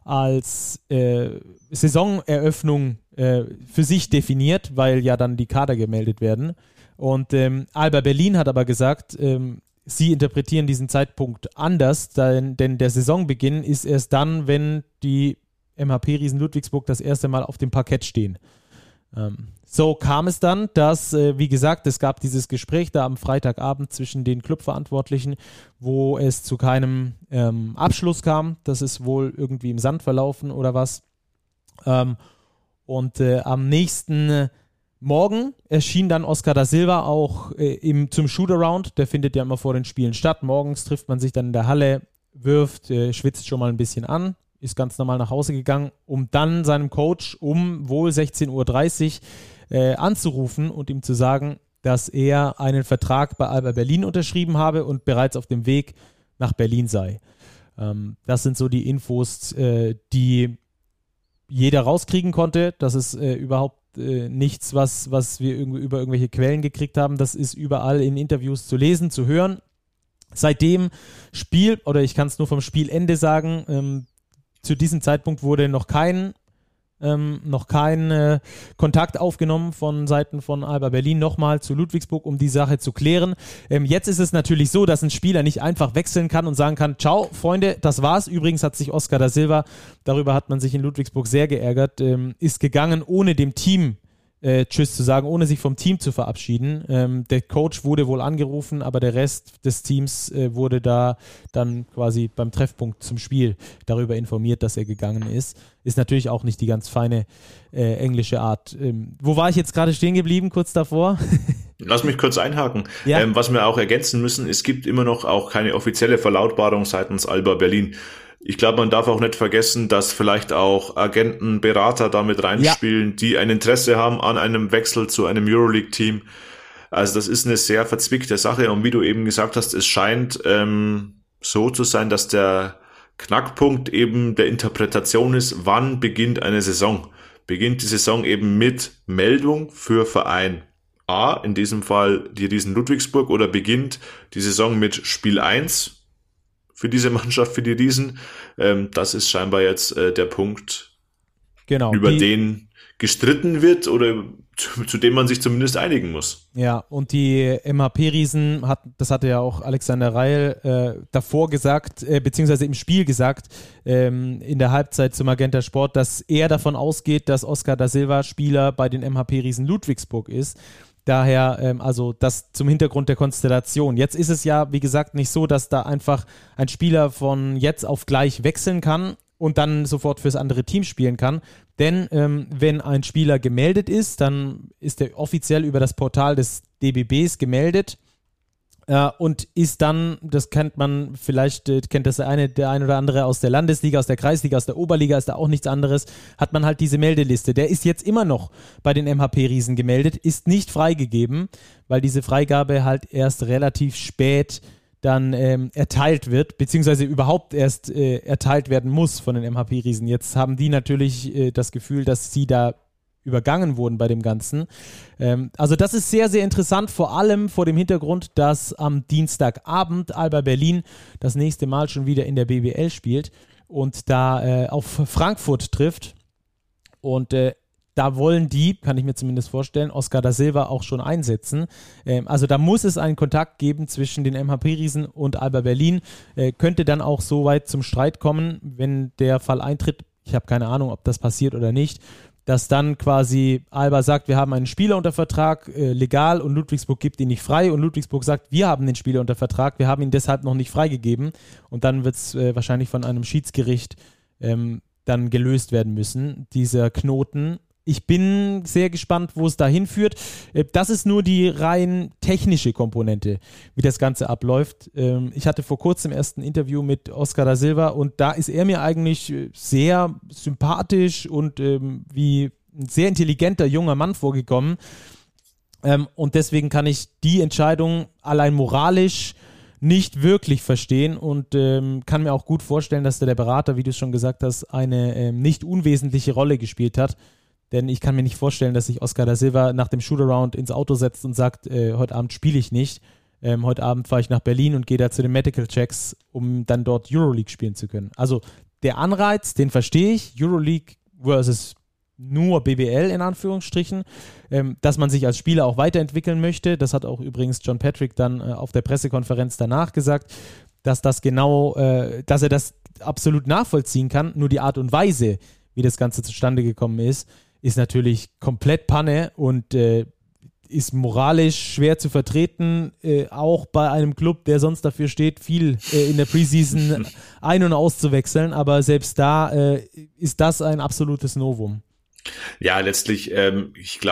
als äh, Saisoneröffnung äh, für sich definiert, weil ja dann die Kader gemeldet werden. Und ähm, Alba Berlin hat aber gesagt, ähm, sie interpretieren diesen Zeitpunkt anders, denn, denn der Saisonbeginn ist erst dann, wenn die M H P-Riesen Ludwigsburg das erste Mal auf dem Parkett stehen. Ähm, so kam es dann, dass, äh, wie gesagt, es gab dieses Gespräch da am Freitagabend zwischen den Clubverantwortlichen, wo es zu keinem ähm, Abschluss kam. Das ist wohl irgendwie im Sand verlaufen oder was. Ähm, und äh, am nächsten morgen erschien dann Oscar da Silva auch äh, im, zum Shootaround. Der findet ja immer vor den Spielen statt. Morgens trifft man sich dann in der Halle, wirft, äh, schwitzt schon mal ein bisschen an, ist ganz normal nach Hause gegangen, um dann seinem Coach um wohl sechzehn Uhr dreißig äh, anzurufen und ihm zu sagen, dass er einen Vertrag bei Alba Berlin unterschrieben habe und bereits auf dem Weg nach Berlin sei. Ähm, das sind so die Infos, äh, die jeder rauskriegen konnte. Das ist äh, überhaupt äh, nichts, was, was wir irgendwie über irgendwelche Quellen gekriegt haben. Das ist überall in Interviews zu lesen, zu hören. Seitdem Spiel, oder ich kann es nur vom Spielende sagen, ähm, zu diesem Zeitpunkt wurde noch kein Ähm, noch kein äh, Kontakt aufgenommen von Seiten von Alba Berlin nochmal zu Ludwigsburg, um die Sache zu klären. Ähm, jetzt ist es natürlich so, dass ein Spieler nicht einfach wechseln kann und sagen kann, ciao, Freunde, das war's. Übrigens hat sich Oscar da Silva, darüber hat man sich in Ludwigsburg sehr geärgert, ähm, ist gegangen, ohne dem Team Äh, Tschüss zu sagen, ohne sich vom Team zu verabschieden. Ähm, der Coach wurde wohl angerufen, aber der Rest des Teams äh, wurde da dann quasi beim Treffpunkt zum Spiel darüber informiert, dass er gegangen ist. Ist natürlich auch nicht die ganz feine äh, englische Art. Ähm, wo war ich jetzt gerade stehen geblieben, kurz davor? Lass mich kurz einhaken. Ja. Ähm, was wir auch ergänzen müssen, es gibt immer noch auch keine offizielle Verlautbarung seitens Alba Berlin. Ich glaube, man darf auch nicht vergessen, dass vielleicht auch Agenten, Berater damit reinspielen, ja. die ein Interesse haben an einem Wechsel zu einem Euroleague-Team. Also das ist eine sehr verzwickte Sache. Und wie du eben gesagt hast, es scheint ähm, so zu sein, dass der Knackpunkt eben der Interpretation ist, wann beginnt eine Saison. Beginnt die Saison eben mit Meldung für Verein A, in diesem Fall die Riesen Ludwigsburg, oder beginnt die Saison mit Spiel eins für diese Mannschaft, für die Riesen. Ähm, das ist scheinbar jetzt äh, der Punkt, genau, über die, den gestritten wird oder zu, zu dem man sich zumindest einigen muss. Ja, und die M H P-Riesen, hat, das hatte ja auch Alexander Reil äh, davor gesagt, äh, beziehungsweise im Spiel gesagt, ähm, in der Halbzeit zum Magenta Sport, dass er davon ausgeht, dass Oscar da Silva Spieler bei den M H P-Riesen Ludwigsburg ist. Daher, ähm, also das zum Hintergrund der Konstellation. Jetzt ist es ja, wie gesagt, nicht so, dass da einfach ein Spieler von jetzt auf gleich wechseln kann und dann sofort fürs andere Team spielen kann. Denn ähm, wenn ein Spieler gemeldet ist, dann ist er offiziell über das Portal des D B Bs gemeldet äh, und ist dann, das kennt man, vielleicht äh, kennt das der eine, der ein oder andere aus der Landesliga, aus der Kreisliga, aus der Oberliga, ist da auch nichts anderes, hat man halt diese Meldeliste. Der ist jetzt immer noch bei den M H P-Riesen gemeldet, ist nicht freigegeben, weil diese Freigabe halt erst relativ spät dann ähm, erteilt wird, beziehungsweise überhaupt erst äh, erteilt werden muss von den M H P-Riesen. Jetzt haben die natürlich äh, das Gefühl, dass sie da übergangen wurden bei dem Ganzen. Ähm, also das ist sehr, sehr interessant, vor allem vor dem Hintergrund, dass am Dienstagabend Alba Berlin das nächste Mal schon wieder in der B B L spielt und da äh, auf Frankfurt trifft. Und äh, da wollen die, kann ich mir zumindest vorstellen, Oscar da Silva auch schon einsetzen. Ähm, also da muss es einen Kontakt geben zwischen den M H P-Riesen und Alba Berlin. Äh, könnte dann auch so weit zum Streit kommen, wenn der Fall eintritt. Ich habe keine Ahnung, ob das passiert oder nicht. Dass dann quasi Alba sagt, wir haben einen Spieler unter Vertrag, äh, legal, und Ludwigsburg gibt ihn nicht frei. Und Ludwigsburg sagt, wir haben den Spieler unter Vertrag, wir haben ihn deshalb noch nicht freigegeben. Und dann wird es äh, wahrscheinlich von einem Schiedsgericht ähm, dann gelöst werden müssen, dieser Knoten. Ich bin sehr gespannt, wo es dahin führt. Das ist nur die rein technische Komponente, wie das Ganze abläuft. Ich hatte vor kurzem erst ein Interview mit Oscar da Silva und da ist er mir eigentlich sehr sympathisch und wie ein sehr intelligenter junger Mann vorgekommen. Und deswegen kann ich die Entscheidung allein moralisch nicht wirklich verstehen und ähm, kann mir auch gut vorstellen, dass da der Berater, wie du es schon gesagt hast, eine ähm, nicht unwesentliche Rolle gespielt hat. Denn ich kann mir nicht vorstellen, dass sich Oscar da Silva nach dem Shootaround ins Auto setzt und sagt, äh, heute Abend spiele ich nicht. Ähm, heute Abend fahre ich nach Berlin und gehe da zu den Medical Checks, um dann dort Euroleague spielen zu können. Also der Anreiz, den verstehe ich. Euroleague versus nur B B L in Anführungsstrichen, ähm, dass man sich als Spieler auch weiterentwickeln möchte. Das hat auch übrigens John Patrick dann äh, auf der Pressekonferenz danach gesagt, dass das genau, äh, dass er das absolut nachvollziehen kann. Nur die Art und Weise, wie das Ganze zustande gekommen ist, ist natürlich komplett Panne und äh, ist moralisch schwer zu vertreten, äh, auch bei einem Club, der sonst dafür steht, viel äh, in der Preseason ein- und auszuwechseln, aber selbst da äh, ist das ein absolutes Novum. Ja, letztlich, ähm, ich glaube,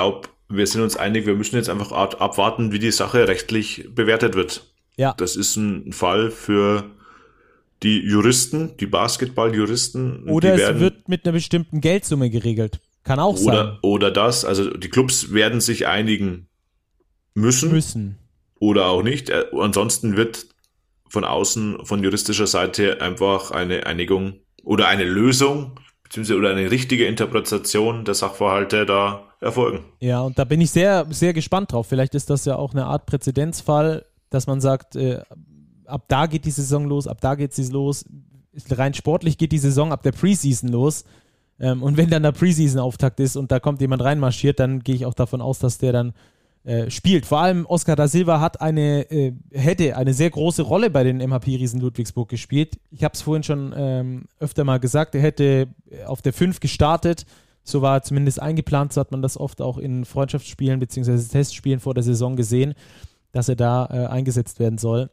wir sind uns einig, wir müssen jetzt einfach abwarten, wie die Sache rechtlich bewertet wird. Ja. Das ist ein Fall für die Juristen, die Basketball-Juristen. Oder die es werden, wird mit einer bestimmten Geldsumme geregelt. Kann auch oder, sein. Oder das, also die Clubs werden sich einigen müssen. Müssen. Oder auch nicht. Ansonsten wird von außen, von juristischer Seite einfach eine Einigung oder eine Lösung beziehungsweise oder eine richtige Interpretation der Sachverhalte da erfolgen. Ja, und da bin ich sehr, sehr gespannt drauf. Vielleicht ist das ja auch eine Art Präzedenzfall, dass man sagt, äh, ab da geht die Saison los, ab da geht sie los. Rein sportlich geht die Saison ab der Preseason los. Ähm, und wenn dann der Preseason-Auftakt ist und da kommt jemand reinmarschiert, dann gehe ich auch davon aus, dass der dann äh, spielt. Vor allem Oscar da Silva hat eine, äh, hätte eine sehr große Rolle bei den M H P-Riesen Ludwigsburg gespielt. Ich habe es vorhin schon ähm, öfter mal gesagt, er hätte auf der fünf gestartet. So war zumindest eingeplant, so hat man das oft auch in Freundschaftsspielen bzw. Testspielen vor der Saison gesehen, dass er da äh, eingesetzt werden soll.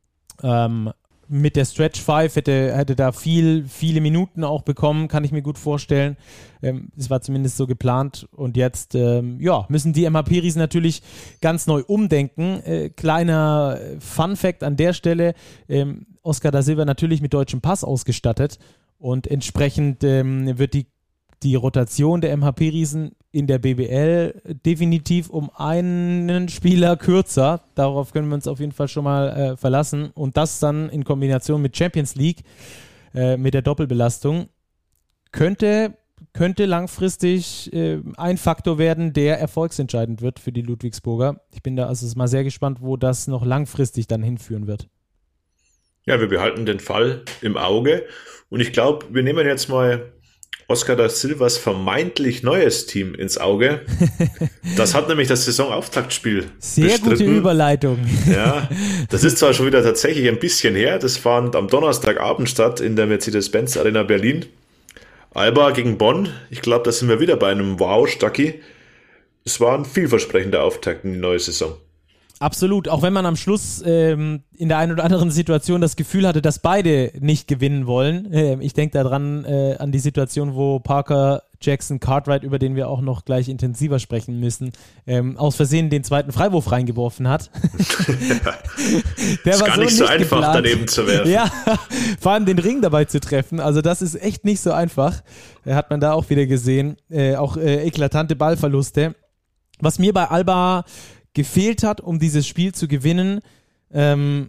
Ähm, mit der Stretch fünf hätte, hätte da viel, viele Minuten auch bekommen, kann ich mir gut vorstellen. Ähm, das war zumindest so geplant. Und jetzt ähm, ja, müssen die M H P-Riesen natürlich ganz neu umdenken. Äh, kleiner Fun-Fact an der Stelle, ähm, Oscar da Silva natürlich mit deutschem Pass ausgestattet und entsprechend ähm, wird die die Rotation der M H P-Riesen in der B B L definitiv um einen Spieler kürzer. Darauf können wir uns auf jeden Fall schon mal äh, verlassen. Und das dann in Kombination mit Champions League, äh, mit der Doppelbelastung, könnte, könnte langfristig äh, ein Faktor werden, der erfolgsentscheidend wird für die Ludwigsburger. Ich bin da also mal sehr gespannt, wo das noch langfristig dann hinführen wird. Ja, wir behalten den Fall im Auge. Und ich glaube, wir nehmen jetzt mal Oscar da Silvas vermeintlich neues Team ins Auge. Das hat nämlich das Saisonauftaktspiel Sehr bestritten. Gute Überleitung. Ja, das ist zwar schon wieder tatsächlich ein bisschen her, das fand am Donnerstagabend statt in der Mercedes-Benz Arena Berlin. Alba gegen Bonn, ich glaube, da sind wir wieder bei einem Wow, Stacki. Es war ein vielversprechender Auftakt in die neue Saison. Absolut, auch wenn man am Schluss ähm, in der einen oder anderen Situation das Gefühl hatte, dass beide nicht gewinnen wollen. Ähm, ich denke daran äh, an die Situation, wo Parker Jackson Cartwright, über den wir auch noch gleich intensiver sprechen müssen, ähm, aus Versehen den zweiten Freiwurf reingeworfen hat. Der ist war gar so nicht so nicht einfach, geplant. daneben zu werfen. Ja, vor allem den Ring dabei zu treffen. Also das ist echt nicht so einfach. Äh, hat man da auch wieder gesehen. Äh, auch äh, eklatante Ballverluste. Was mir bei Alba gefehlt hat, um dieses Spiel zu gewinnen, ähm,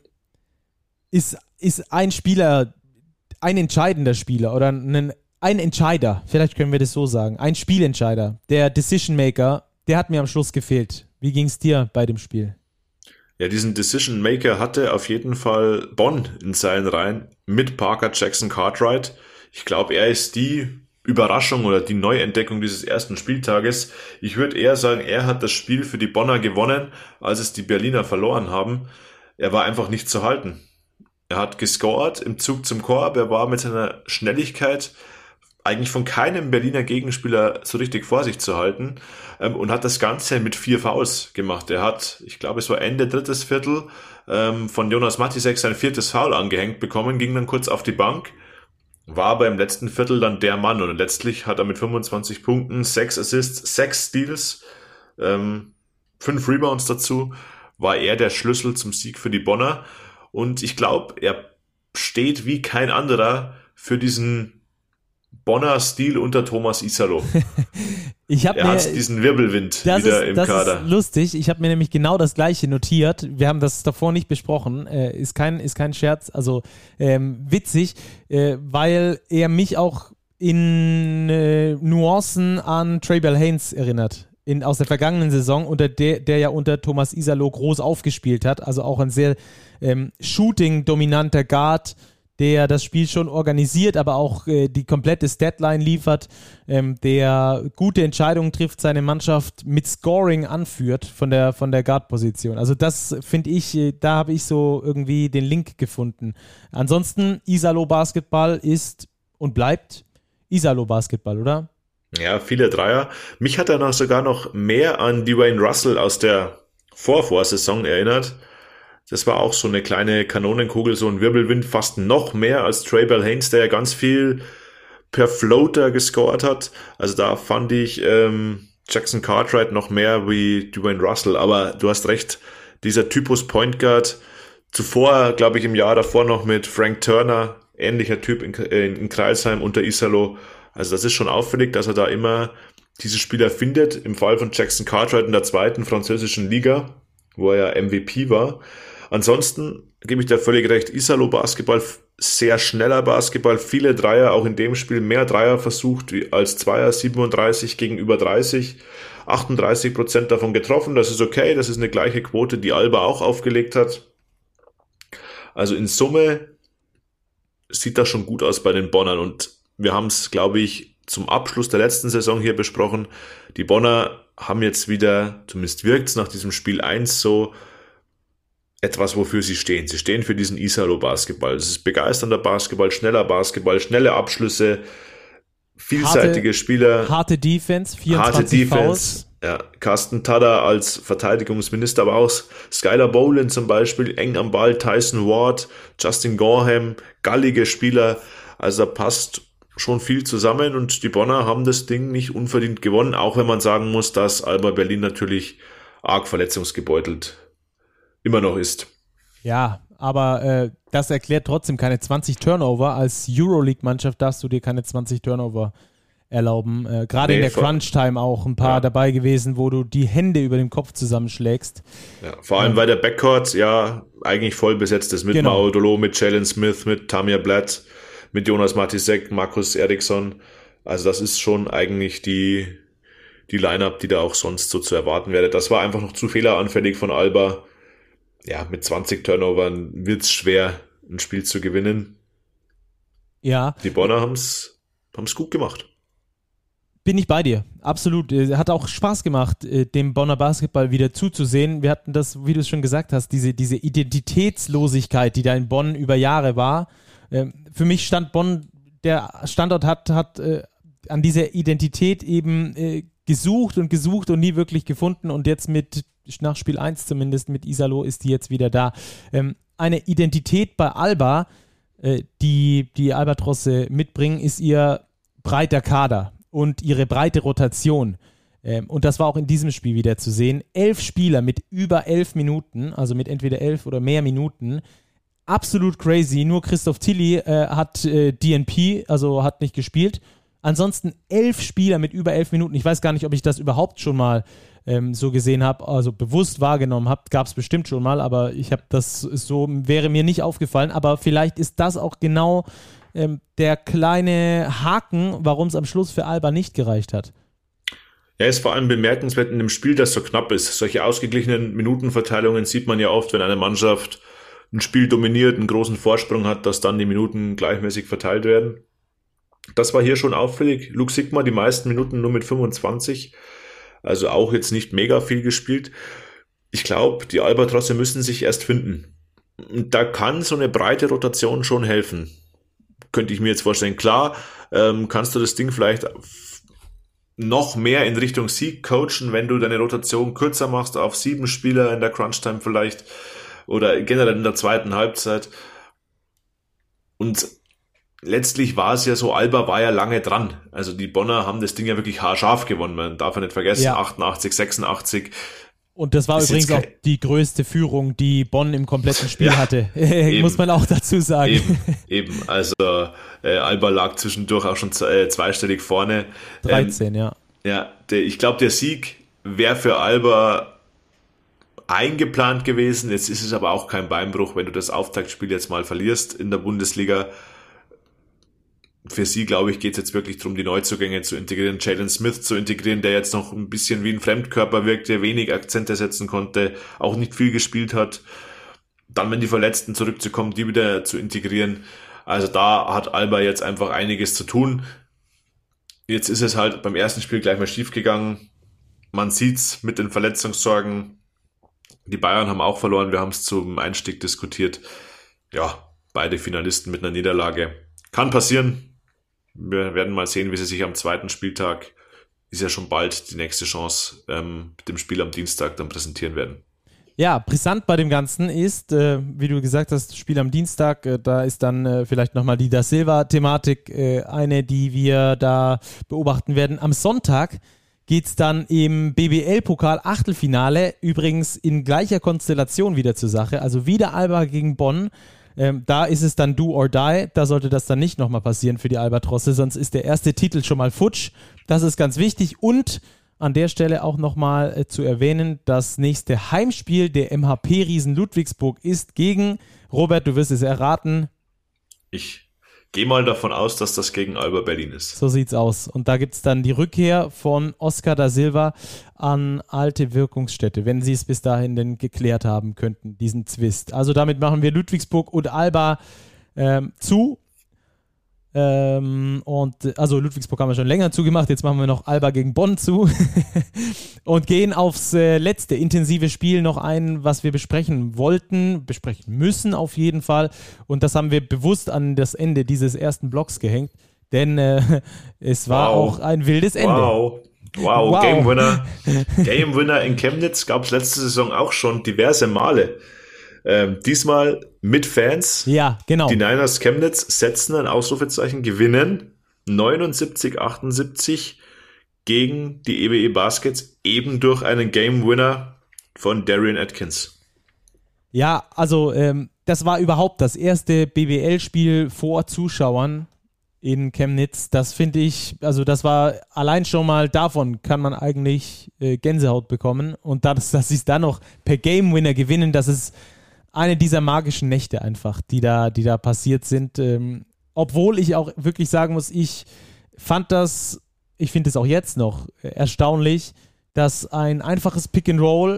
ist, ist ein Spieler, ein entscheidender Spieler oder ein, ein Entscheider, vielleicht können wir das so sagen, ein Spielentscheider, der Decision Maker, der hat mir am Schluss gefehlt. Wie ging es dir bei dem Spiel? Ja, diesen Decision Maker hatte auf jeden Fall Bonn in seinen Reihen mit Parker Jackson Cartwright. Ich glaube, er ist die Überraschung oder die Neuentdeckung dieses ersten Spieltages. Ich würde eher sagen, er hat das Spiel für die Bonner gewonnen, als es die Berliner verloren haben. Er war einfach nicht zu halten. Er hat gescored im Zug zum Korb, er war mit seiner Schnelligkeit eigentlich von keinem Berliner Gegenspieler so richtig vor sich zu halten ähm, und hat das Ganze mit vier Fouls gemacht. Er hat, ich glaube es war Ende drittes Viertel, ähm, von Jonas Matisek sein viertes Foul angehängt bekommen, ging dann kurz auf die Bank, war aber im letzten Viertel dann der Mann und letztlich hat er mit fünfundzwanzig Punkten, sechs Assists, sechs Steals, ähm, fünf Rebounds dazu, war er der Schlüssel zum Sieg für die Bonner und ich glaube, er steht wie kein anderer für diesen Bonner Stil unter Thomas Isalo. Ich hab er mir, hat diesen Wirbelwind das wieder ist, im das Kader. Das ist lustig. Ich habe mir nämlich genau das Gleiche notiert. Wir haben das davor nicht besprochen. Äh, ist, kein, ist kein Scherz. Also ähm, witzig, äh, weil er mich auch in äh, Nuancen an Trey Bell Haynes erinnert. In, aus der vergangenen Saison, unter der, der ja unter Thomas Isalo groß aufgespielt hat. Also auch ein sehr ähm, shooting-dominanter Guard, der das Spiel schon organisiert, aber auch äh, die komplette Statline liefert, ähm, der gute Entscheidungen trifft, seine Mannschaft mit Scoring anführt von der, von der Guard-Position. Also das finde ich, äh, da habe ich so irgendwie den Link gefunden. Ansonsten, Isalo Basketball ist und bleibt Isalo Basketball, oder? Ja, viele Dreier. Mich hat er noch sogar noch mehr an Dwayne Russell aus der Vorvorsaison erinnert. Das war auch so eine kleine Kanonenkugel, so ein Wirbelwind, fast noch mehr als Trey Bell Haynes, der ja ganz viel per Floater gescored hat. Also da fand ich, ähm, Jackson Cartwright noch mehr wie Dwayne Russell, aber du hast recht, dieser Typus Point Guard, zuvor, glaube ich, im Jahr davor noch mit Frank Turner, ähnlicher Typ in, in, in Crailsheim unter Iserlohn, also das ist schon auffällig, dass er da immer diese Spieler findet, im Fall von Jackson Cartwright in der zweiten französischen Liga, wo er ja M V P war. Ansonsten gebe ich da völlig recht, Iserlohn Basketball, sehr schneller Basketball, viele Dreier, auch in dem Spiel mehr Dreier versucht als Zweier, siebenunddreißig gegenüber dreißig, achtunddreißig Prozent davon getroffen, das ist okay, das ist eine gleiche Quote, die Alba auch aufgelegt hat. Also in Summe sieht das schon gut aus bei den Bonnern und wir haben es, glaube ich, zum Abschluss der letzten Saison hier besprochen. Die Bonner haben jetzt wieder, zumindest wirkt es nach diesem Spiel eins so, etwas, wofür sie stehen. Sie stehen für diesen Iserlohn-Basketball. Das ist begeisternder Basketball, schneller Basketball, schnelle Abschlüsse, vielseitige harte, Spieler. Harte Defense, vierundzwanzig harte Defense. Fouls. Ja, Carsten Tada als Verteidigungsminister, aber auch Skylar Boland zum Beispiel, eng am Ball, Tyson Ward, Justin Gorham, gallige Spieler. Also da passt schon viel zusammen und die Bonner haben das Ding nicht unverdient gewonnen, auch wenn man sagen muss, dass Alba Berlin natürlich arg verletzungsgebeutelt immer noch ist. Ja, aber äh, das erklärt trotzdem keine zwanzig Turnover. Als Euroleague-Mannschaft darfst du dir keine zwanzig Turnover erlauben. Äh, Gerade nee, in der Crunch-Time auch ein paar ja. dabei gewesen, wo du die Hände über dem Kopf zusammenschlägst. Ja, vor allem, ähm, weil der Backcourt ja eigentlich voll besetzt ist mit genau. Maudolo, mit Jalen Smith, mit Tamir Blatt, mit Jonas Matisek, Markus Eriksson. Also das ist schon eigentlich die, die Line-Up, die da auch sonst so zu erwarten wäre. Das war einfach noch zu fehleranfällig von Alba. Ja, mit zwanzig Turnovern wird es schwer, ein Spiel zu gewinnen. Ja. Die Bonner haben es gut gemacht. Bin ich bei dir, absolut. Hat auch Spaß gemacht, dem Bonner Basketball wieder zuzusehen. Wir hatten das, wie du es schon gesagt hast, diese, diese Identitätslosigkeit, die da in Bonn über Jahre war. Für mich stand Bonn, der Standort hat, hat an dieser Identität eben gesucht und gesucht und nie wirklich gefunden und jetzt mit nach Spiel eins zumindest mit Iserlohn ist die jetzt wieder da. Ähm, eine Identität bei Alba, äh, die die Albatrosse mitbringen, ist ihr breiter Kader und ihre breite Rotation. Ähm, und das war auch in diesem Spiel wieder zu sehen. Elf Spieler mit über elf Minuten, also mit entweder elf oder mehr Minuten. Absolut crazy. Nur Christoph Tilly äh, hat äh, D N P, also hat nicht gespielt. Ansonsten elf Spieler mit über elf Minuten. Ich weiß gar nicht, ob ich das überhaupt schon mal ähm, so gesehen habe, also bewusst wahrgenommen habe. Gab es bestimmt schon mal, aber ich habe das so, wäre mir nicht aufgefallen. Aber vielleicht ist das auch genau ähm, der kleine Haken, warum es am Schluss für Alba nicht gereicht hat. Ja, ist vor allem bemerkenswert in einem Spiel, das so knapp ist. Solche ausgeglichenen Minutenverteilungen sieht man ja oft, wenn eine Mannschaft ein Spiel dominiert, einen großen Vorsprung hat, dass dann die Minuten gleichmäßig verteilt werden. Das war hier schon auffällig. Luke Sigma die meisten Minuten nur mit fünfundzwanzig, also auch jetzt nicht mega viel gespielt. Ich glaube, die Albatrosse müssen sich erst finden. Und da kann so eine breite Rotation schon helfen. Könnte ich mir jetzt vorstellen. Klar, ähm, kannst du das Ding vielleicht noch mehr in Richtung Sieg coachen, wenn du deine Rotation kürzer machst auf sieben Spieler in der Crunch-Time vielleicht oder generell in der zweiten Halbzeit. Und letztlich war es ja so, Alba war ja lange dran. Also die Bonner haben das Ding ja wirklich haarscharf gewonnen. Man darf ja nicht vergessen, ja. achtundachtzig, sechsundachtzig. Und das war ist übrigens auch die größte Führung, die Bonn im kompletten Spiel ja, hatte. Muss man auch dazu sagen. Eben, eben. Also äh, Alba lag zwischendurch auch schon äh, zweistellig vorne. dreizehn, ähm, ja. Ja, der, ich glaube, der Sieg wäre für Alba eingeplant gewesen. Jetzt ist es aber auch kein Beinbruch, wenn du das Auftaktspiel jetzt mal verlierst in der Bundesliga. Für sie, glaube ich, geht es jetzt wirklich darum, die Neuzugänge zu integrieren, Jalen Smith zu integrieren, der jetzt noch ein bisschen wie ein Fremdkörper wirkt, der wenig Akzente setzen konnte, auch nicht viel gespielt hat. Dann, wenn die Verletzten zurückzukommen, die wieder zu integrieren. Also da hat Alba jetzt einfach einiges zu tun. Jetzt ist es halt beim ersten Spiel gleich mal schief gegangen. Man sieht's mit den Verletzungssorgen. Die Bayern haben auch verloren, wir haben es zum Einstieg diskutiert. Ja, beide Finalisten mit einer Niederlage. Kann passieren. Wir werden mal sehen, wie sie sich am zweiten Spieltag, ist ja schon bald die nächste Chance, ähm, mit dem Spiel am Dienstag dann präsentieren werden. Ja, brisant bei dem Ganzen ist, äh, wie du gesagt hast, das Spiel am Dienstag, äh, da ist dann äh, vielleicht nochmal die Da Silva-Thematik äh, eine, die wir da beobachten werden. Am Sonntag geht es dann im B B L-Pokal Achtelfinale, übrigens in gleicher Konstellation wieder zur Sache, also wieder Alba gegen Bonn. Ähm, da ist es dann do or die, da sollte das dann nicht nochmal passieren für die Albatrosse, sonst ist der erste Titel schon mal futsch. Das ist ganz wichtig und an der Stelle auch nochmal äh, zu erwähnen, das nächste Heimspiel der M H P-Riesen Ludwigsburg ist gegen, Robert, du wirst es erraten. Ich gehe mal davon aus, dass das gegen Alba Berlin ist. So sieht's aus. Und da gibt's dann die Rückkehr von Oscar da Silva an alte Wirkungsstätte, wenn sie es bis dahin denn geklärt haben könnten, diesen Zwist. Also damit machen wir Ludwigsburg und Alba ähm, zu. Ähm, und also Ludwigsburg haben wir schon länger zugemacht, jetzt machen wir noch Alba gegen Bonn zu und gehen aufs äh, letzte intensive Spiel noch ein, was wir besprechen wollten, besprechen müssen auf jeden Fall, und das haben wir bewusst an das Ende dieses ersten Blocks gehängt, denn äh, es war wow. auch ein wildes Ende. Wow, wow, wow. Game Winner, Game Winner in Chemnitz gab es letzte Saison auch schon diverse Male. Ähm, diesmal mit Fans. Ja, genau. Die Niners Chemnitz setzen ein Ausrufezeichen, gewinnen neunundsiebzig achtundsiebzig gegen die E W E Baskets, eben durch einen Game Winner von Darian Atkins. Ja, also ähm, das war überhaupt das erste B B L-Spiel vor Zuschauern in Chemnitz. Das finde ich, also das war allein schon mal, davon kann man eigentlich äh, Gänsehaut bekommen, und das, dass sie es dann noch per Game Winner gewinnen, das ist eine dieser magischen Nächte einfach, die da, die da passiert sind. Ähm, obwohl ich auch wirklich sagen muss, ich fand das, ich finde es auch jetzt noch erstaunlich, dass ein einfaches Pick and Roll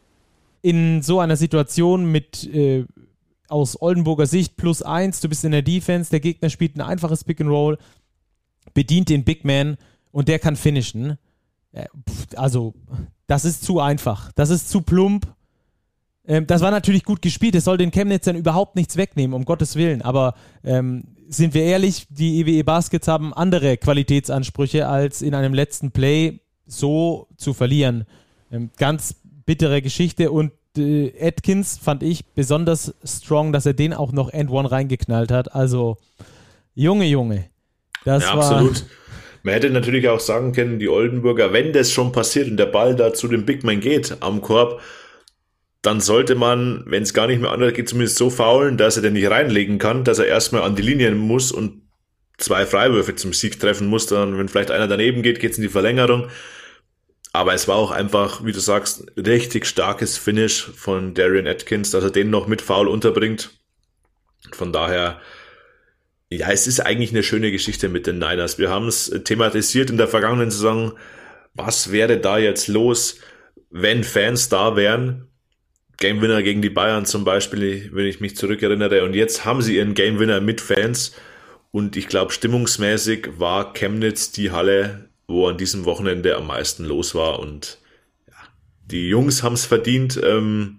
in so einer Situation mit äh, aus Oldenburger Sicht plus eins, du bist in der Defense, der Gegner spielt ein einfaches Pick and Roll, bedient den Big Man und der kann finishen. Äh, also, das ist zu einfach, das ist zu plump. Ähm, das war natürlich gut gespielt, es soll den Chemnitzern überhaupt nichts wegnehmen, um Gottes Willen, aber ähm, sind wir ehrlich, die E W E Baskets haben andere Qualitätsansprüche, als in einem letzten Play so zu verlieren. Ähm, ganz bittere Geschichte, und äh, Atkins fand ich besonders strong, dass er den auch noch End One reingeknallt hat, also Junge, Junge. Das ja, war absolut. Man hätte natürlich auch sagen können, die Oldenburger, wenn das schon passiert und der Ball da zu dem Big Man geht am Korb, dann sollte man, wenn es gar nicht mehr anders geht, zumindest so foulen, dass er den nicht reinlegen kann, dass er erstmal an die Linien muss und zwei Freiwürfe zum Sieg treffen muss. Dann, wenn vielleicht einer daneben geht, geht es in die Verlängerung. Aber es war auch einfach, wie du sagst, richtig starkes Finish von Darian Atkins, dass er den noch mit Foul unterbringt. Von daher, ja, es ist eigentlich eine schöne Geschichte mit den Niners. Wir haben es thematisiert in der vergangenen Saison. Was wäre da jetzt los, wenn Fans da wären? Game Winner gegen die Bayern zum Beispiel, wenn ich mich zurückerinnere. Und jetzt haben sie ihren Game Winner mit Fans. Und ich glaube, stimmungsmäßig war Chemnitz die Halle, wo an diesem Wochenende am meisten los war. Und ja, die Jungs haben es verdient, ähm,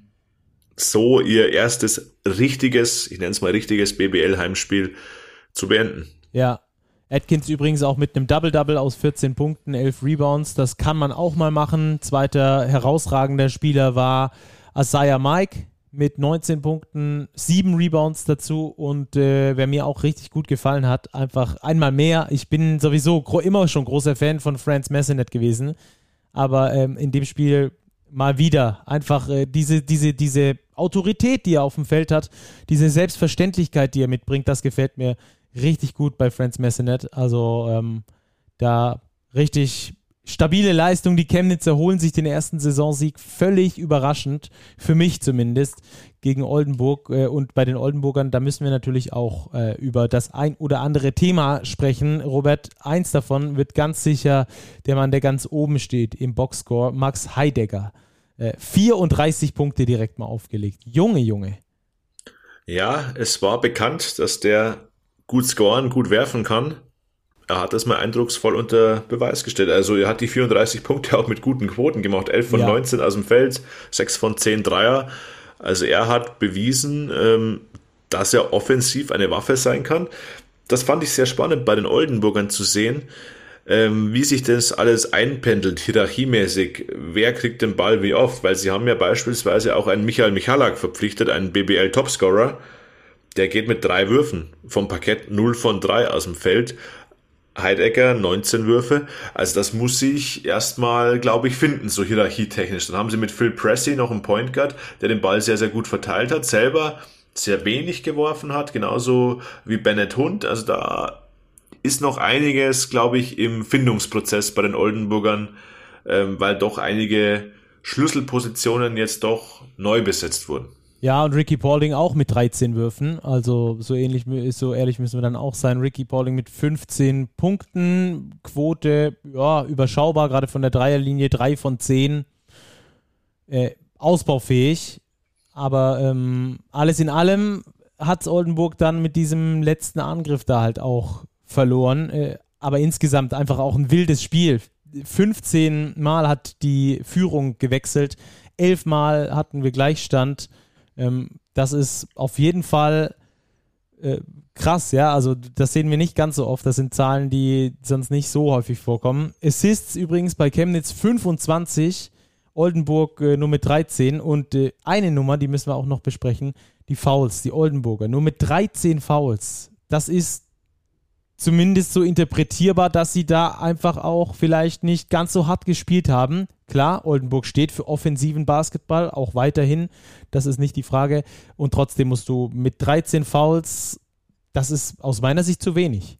so ihr erstes richtiges, ich nenne es mal richtiges B B L-Heimspiel zu beenden. Ja, Atkins übrigens auch mit einem Double-Double aus vierzehn Punkten, elf Rebounds. Das kann man auch mal machen. Zweiter herausragender Spieler war Isaiah Mike mit neunzehn Punkten, sieben Rebounds dazu, und äh, wer mir auch richtig gut gefallen hat, einfach einmal mehr. Ich bin sowieso gro- immer schon großer Fan von Franz Messenet gewesen, aber ähm, in dem Spiel mal wieder einfach äh, diese, diese, diese Autorität, die er auf dem Feld hat, diese Selbstverständlichkeit, die er mitbringt, das gefällt mir richtig gut bei Franz Messenet. Also ähm, da richtig stabile Leistung. Die Chemnitzer holen sich den ersten Saisonsieg völlig überraschend, für mich zumindest, gegen Oldenburg. Und bei den Oldenburgern, da müssen wir natürlich auch äh, über das ein oder andere Thema sprechen. Robert, eins davon wird ganz sicher der Mann, der ganz oben steht im Boxscore, Max Heidegger. Äh, vierunddreißig Punkte direkt mal aufgelegt. Junge, Junge. Ja, es war bekannt, dass der gut scoren, gut werfen kann. Er hat das mal eindrucksvoll unter Beweis gestellt. Also er hat die vierunddreißig Punkte auch mit guten Quoten gemacht. elf von ja. neunzehn aus dem Feld, sechs von zehn Dreier. Also er hat bewiesen, ähm, dass er offensiv eine Waffe sein kann. Das fand ich sehr spannend bei den Oldenburgern zu sehen, ähm, wie sich das alles einpendelt, hierarchiemäßig. Wer kriegt den Ball wie oft? Weil sie haben ja beispielsweise auch einen Michael Michalak verpflichtet, einen B B L-Topscorer. Der geht mit drei Würfen vom Parkett, null von drei aus dem Feld. Heidecker, neunzehn Würfe. Also das muss sich erstmal, glaube ich, finden, so hierarchietechnisch. Dann haben sie mit Phil Pressey noch einen Point Guard, der den Ball sehr, sehr gut verteilt hat, selber sehr wenig geworfen hat, genauso wie Bennett Hund. Also da ist noch einiges, glaube ich, im Findungsprozess bei den Oldenburgern, ähm, weil doch einige Schlüsselpositionen jetzt doch neu besetzt wurden. Ja, und Ricky Paulding auch mit dreizehn Würfen, also so ähnlich, so ehrlich müssen wir dann auch sein. Ricky Paulding mit fünfzehn Punkten, Quote, ja, überschaubar, gerade von der Dreierlinie, drei von zehn, äh, ausbaufähig, aber ähm, alles in allem hat Oldenburg dann mit diesem letzten Angriff da halt auch verloren, äh, aber insgesamt einfach auch ein wildes Spiel. fünfzehn Mal hat die Führung gewechselt, elf Mal hatten wir Gleichstand. Ähm, das ist auf jeden Fall äh, krass, ja, also das sehen wir nicht ganz so oft, das sind Zahlen, die sonst nicht so häufig vorkommen. Assists übrigens bei Chemnitz fünfundzwanzig, Oldenburg äh, nur mit dreizehn und äh, eine Nummer, die müssen wir auch noch besprechen, die Fouls, die Oldenburger, nur mit dreizehn Fouls. Das ist zumindest so interpretierbar, dass sie da einfach auch vielleicht nicht ganz so hart gespielt haben. Klar, Oldenburg steht für offensiven Basketball, auch weiterhin, das ist nicht die Frage. Und trotzdem musst du mit dreizehn Fouls, das ist aus meiner Sicht zu wenig.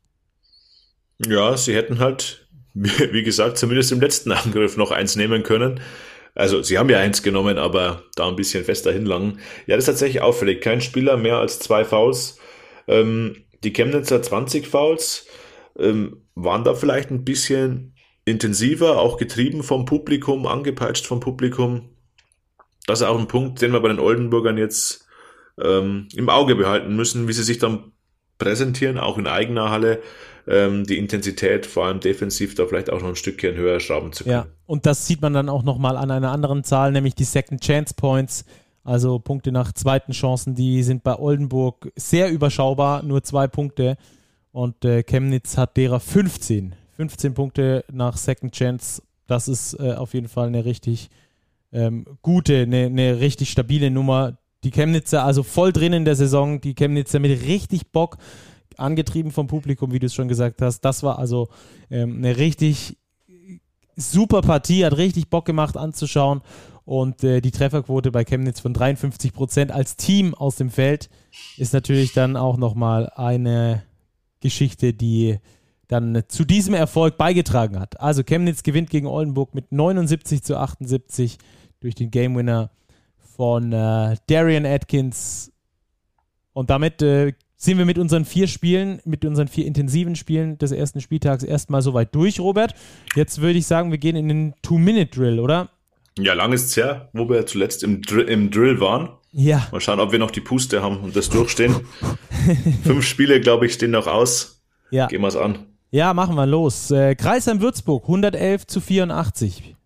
Ja, sie hätten halt, wie gesagt, zumindest im letzten Angriff noch eins nehmen können. Also sie haben ja eins genommen, aber da ein bisschen fester hinlangen. Ja, das ist tatsächlich auffällig. Kein Spieler mehr als zwei Fouls. Ähm, Die Chemnitzer zwanzig Fouls, ähm, waren da vielleicht ein bisschen intensiver, auch getrieben vom Publikum, angepeitscht vom Publikum. Das ist auch ein Punkt, den wir bei den Oldenburgern jetzt ähm, im Auge behalten müssen, wie sie sich dann präsentieren, auch in eigener Halle, ähm, die Intensität, vor allem defensiv, da vielleicht auch noch ein Stückchen höher schrauben zu können. Ja, und das sieht man dann auch nochmal an einer anderen Zahl, nämlich die Second Chance Points. Also Punkte nach zweiten Chancen, die sind bei Oldenburg sehr überschaubar, nur zwei Punkte. Und äh, Chemnitz hat derer fünfzehn. fünfzehn Punkte nach Second Chance. Das ist äh, auf jeden Fall eine richtig ähm, gute, eine, eine richtig stabile Nummer. Die Chemnitzer also voll drin in der Saison. Die Chemnitzer mit richtig Bock, angetrieben vom Publikum, wie du es schon gesagt hast. Das war also ähm, eine richtig super Partie, hat richtig Bock gemacht anzuschauen. Und äh, die Trefferquote bei Chemnitz von dreiundfünfzig Prozent als Team aus dem Feld ist natürlich dann auch nochmal eine Geschichte, die dann zu diesem Erfolg beigetragen hat. Also Chemnitz gewinnt gegen Oldenburg mit neunundsiebzig zu achtundsiebzig durch den Game Winner von äh, Darian Atkins. Und damit äh, sind wir mit unseren vier Spielen, mit unseren vier intensiven Spielen des ersten Spieltags erstmal soweit durch, Robert. Jetzt würde ich sagen, wir gehen in den Two-Minute-Drill, oder? Ja, lang ist es her, wo wir zuletzt im, Dr- im Drill waren. Ja. Mal schauen, ob wir noch die Puste haben und das durchstehen. Fünf Spiele, glaube ich, stehen noch aus. Ja. Gehen wir es an. Ja, machen wir los. Äh, Kreisheim-Würzburg, hundertelf zu vierundachtzig.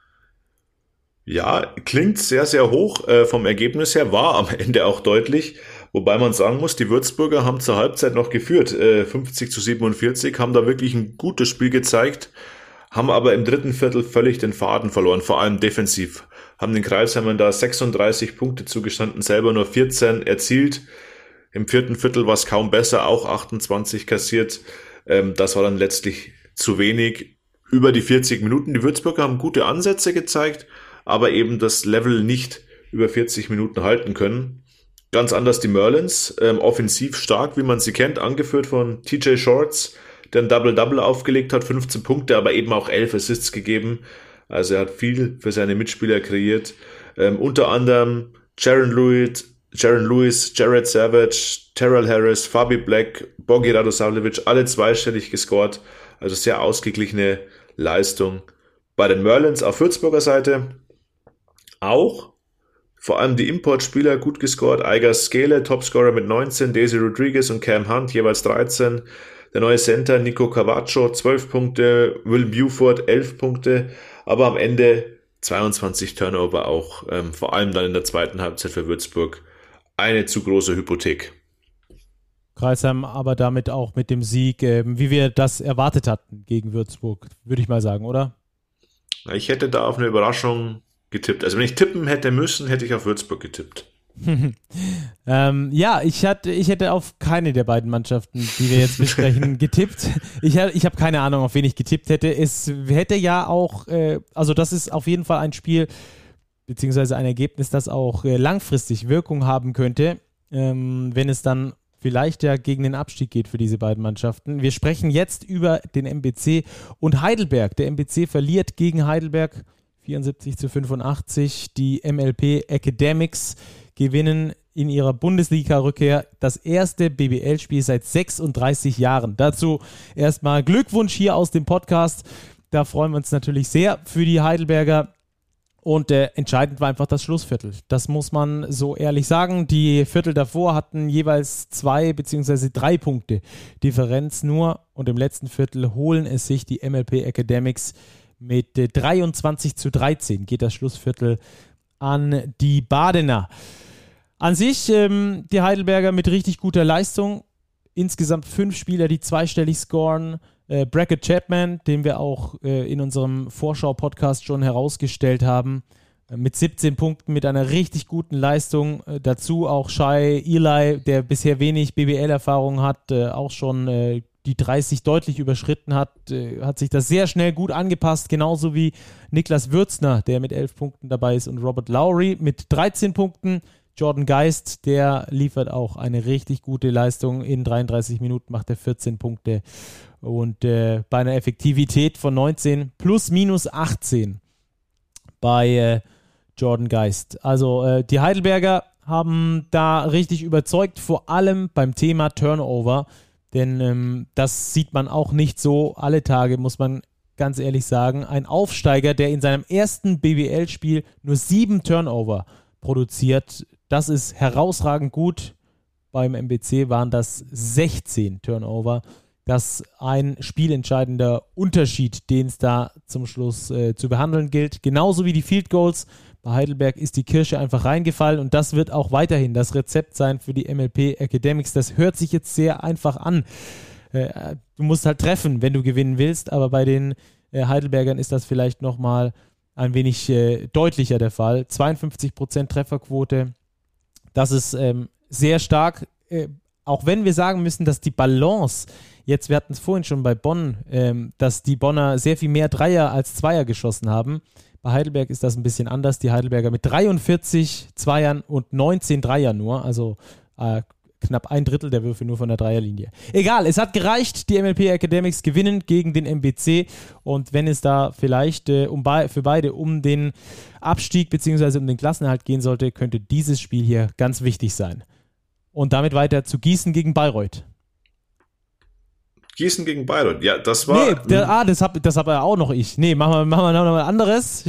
Ja, klingt sehr, sehr hoch äh, vom Ergebnis her, war am Ende auch deutlich. Wobei man sagen muss, die Würzburger haben zur Halbzeit noch geführt, äh, fünfzig zu siebenundvierzig, haben da wirklich ein gutes Spiel gezeigt, haben aber im dritten Viertel völlig den Faden verloren, vor allem defensiv. Haben den Kreisheimern da sechsunddreißig Punkte zugestanden, selber nur vierzehn erzielt. Im vierten Viertel war es kaum besser, auch achtundzwanzig kassiert. Ähm, das war dann letztlich zu wenig. Über die vierzig Minuten. Die Würzburger haben gute Ansätze gezeigt, aber eben das Level nicht über vierzig Minuten halten können. Ganz anders die Merlins, ähm, offensiv stark, wie man sie kennt, angeführt von T J Shorts, der ein Double-Double aufgelegt hat, fünfzehn Punkte, aber eben auch elf Assists gegeben. Also er hat viel für seine Mitspieler kreiert. Ähm, unter anderem Jaron Lewis, Jaron Lewis, Jared Savage, Terrell Harris, Fabi Black, Bogi Radosavljevic, alle zweistellig gescored. Also sehr ausgeglichene Leistung. Bei den Merlins auf Würzburger Seite auch vor allem die Importspieler gut gescored. Aigar Skele, Topscorer mit neunzehn, Daisy Rodriguez und Cam Hunt jeweils dreizehn. Der neue Center Nico Cavaccio, zwölf Punkte, Will Buford, elf Punkte, aber am Ende zweiundzwanzig Turnover auch, ähm, vor allem dann in der zweiten Halbzeit für Würzburg. Eine zu große Hypothek. Kreisheim aber damit auch mit dem Sieg, äh, wie wir das erwartet hatten gegen Würzburg, würde ich mal sagen, oder? Ich hätte da auf eine Überraschung getippt. Also wenn ich tippen hätte müssen, hätte ich auf Würzburg getippt. ähm, ja, ich, hatte, ich hätte auf keine der beiden Mannschaften, die wir jetzt besprechen, getippt. Ich, ich habe keine Ahnung, auf wen ich getippt hätte. Es hätte ja auch, äh, also das ist auf jeden Fall ein Spiel, beziehungsweise ein Ergebnis, das auch äh, langfristig Wirkung haben könnte, ähm, wenn es dann vielleicht ja gegen den Abstieg geht für diese beiden Mannschaften. Wir sprechen jetzt über den M B C und Heidelberg. Der M B C verliert gegen Heidelberg vierundsiebzig zu fünfundachtzig. Die M L P Academics gewinnen in ihrer Bundesliga-Rückkehr das erste B B L-Spiel seit sechsunddreißig Jahren. Dazu erstmal Glückwunsch hier aus dem Podcast. Da freuen wir uns natürlich sehr für die Heidelberger. Und äh, entscheidend war einfach das Schlussviertel. Das muss man so ehrlich sagen. Die Viertel davor hatten jeweils zwei beziehungsweise drei Punkte Differenz nur. Und im letzten Viertel holen es sich die M L P Academics mit äh, dreiundzwanzig zu dreizehn. Geht das Schlussviertel an die Badener. An sich ähm, die Heidelberger mit richtig guter Leistung. Insgesamt fünf Spieler, die zweistellig scoren. Äh, Brackett Chapman, den wir auch äh, in unserem Vorschau-Podcast schon herausgestellt haben, äh, mit siebzehn Punkten, mit einer richtig guten Leistung. Äh, dazu auch Shai Eli, der bisher wenig B B L-Erfahrung hat, äh, auch schon äh, die dreißig deutlich überschritten hat, äh, hat sich das sehr schnell gut angepasst, genauso wie Niklas Würzner, der mit elf Punkten dabei ist, und Robert Lowry mit dreizehn Punkten. Jordan Geist, der liefert auch eine richtig gute Leistung. In dreiunddreißig Minuten macht er vierzehn Punkte und äh, bei einer Effektivität von neunzehn plus minus achtzehn bei äh, Jordan Geist. Also äh, die Heidelberger haben da richtig überzeugt, vor allem beim Thema Turnover, denn ähm, das sieht man auch nicht so alle Tage, muss man ganz ehrlich sagen. Ein Aufsteiger, der in seinem ersten B B L-Spiel nur sieben Turnover produziert, das ist herausragend gut. Beim M B C waren das sechzehn Turnover. Das ist ein spielentscheidender Unterschied, den es da zum Schluss äh, zu behandeln gilt. Genauso wie die Field Goals. Bei Heidelberg ist die Kirsche einfach reingefallen und das wird auch weiterhin das Rezept sein für die M L P Academics. Das hört sich jetzt sehr einfach an. Äh, du musst halt treffen, wenn du gewinnen willst, aber bei den äh, Heidelbergern ist das vielleicht nochmal ein wenig äh, deutlicher der Fall. zweiundfünfzig Prozent Trefferquote. Das ist ähm, sehr stark, äh, auch wenn wir sagen müssen, dass die Balance, jetzt, wir hatten es vorhin schon bei Bonn, ähm, dass die Bonner sehr viel mehr Dreier als Zweier geschossen haben. Bei Heidelberg ist das ein bisschen anders. Die Heidelberger mit dreiundvierzig Zweiern und neunzehn Dreiern nur, also äh, knapp ein Drittel der Würfe nur von der Dreierlinie. Egal, es hat gereicht. Die M L P Academics gewinnen gegen den M B C und wenn es da vielleicht äh, um be- für beide um den Abstieg bzw. um den Klassenerhalt gehen sollte, könnte dieses Spiel hier ganz wichtig sein. Und damit weiter zu Gießen gegen Bayreuth. Gießen gegen Bayreuth, ja, das war... Nee, der, ah, das hab, das hab ja auch noch ich. Nee, machen wir, machen wir noch mal anderes.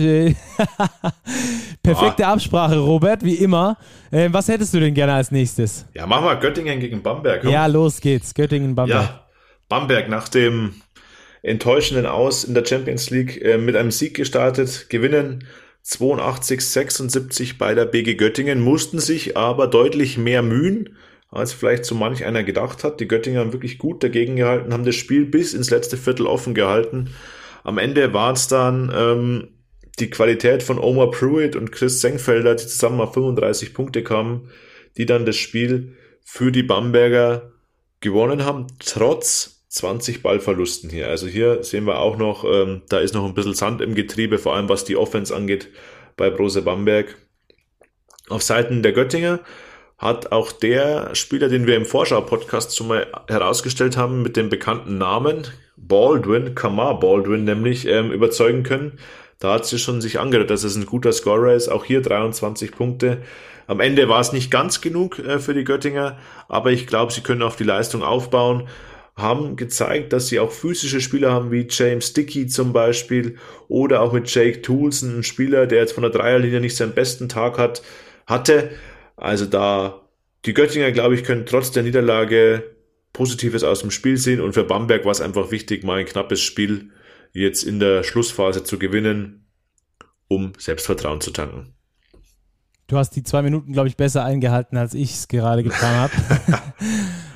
Perfekte ah. Absprache, Robert, wie immer. Äh, was hättest du denn gerne als nächstes? Ja, machen wir Göttingen gegen Bamberg. Komm. Ja, los geht's. Göttingen, Bamberg. Ja, Bamberg nach dem enttäuschenden Aus in der Champions League äh, mit einem Sieg gestartet, gewinnen zweiundachtzig sechsundsiebzig bei der B G Göttingen, mussten sich aber deutlich mehr mühen, als vielleicht so manch einer gedacht hat. Die Göttinger haben wirklich gut dagegen gehalten, haben das Spiel bis ins letzte Viertel offen gehalten. Am Ende war es dann ähm, die Qualität von Omar Pruitt und Chris Senkfelder, die zusammen auf fünfunddreißig Punkte kamen, die dann das Spiel für die Bamberger gewonnen haben, trotz zwanzig Ballverlusten hier. Also hier sehen wir auch noch, ähm, da ist noch ein bisschen Sand im Getriebe, vor allem was die Offense angeht bei Brose Bamberg. Auf Seiten der Göttinger hat auch der Spieler, den wir im Vorschau-Podcast schon mal herausgestellt haben, mit dem bekannten Namen Baldwin, Kamar Baldwin nämlich, ähm, überzeugen können. Da hat es schon sich angehört, dass es ein guter Scorer ist. Auch hier dreiundzwanzig Punkte. Am Ende war es nicht ganz genug äh, für die Göttinger, aber ich glaube, sie können auf die Leistung aufbauen. Haben gezeigt, dass sie auch physische Spieler haben, wie James Dickey zum Beispiel oder auch mit Jake Toulson, ein Spieler, der jetzt von der Dreierlinie nicht seinen besten Tag hat, hatte. Also da, die Göttinger, glaube ich, können trotz der Niederlage Positives aus dem Spiel sehen und für Bamberg war es einfach wichtig, mal ein knappes Spiel jetzt in der Schlussphase zu gewinnen, um Selbstvertrauen zu tanken. Du hast die zwei Minuten, glaube ich, besser eingehalten, als ich es gerade getan habe.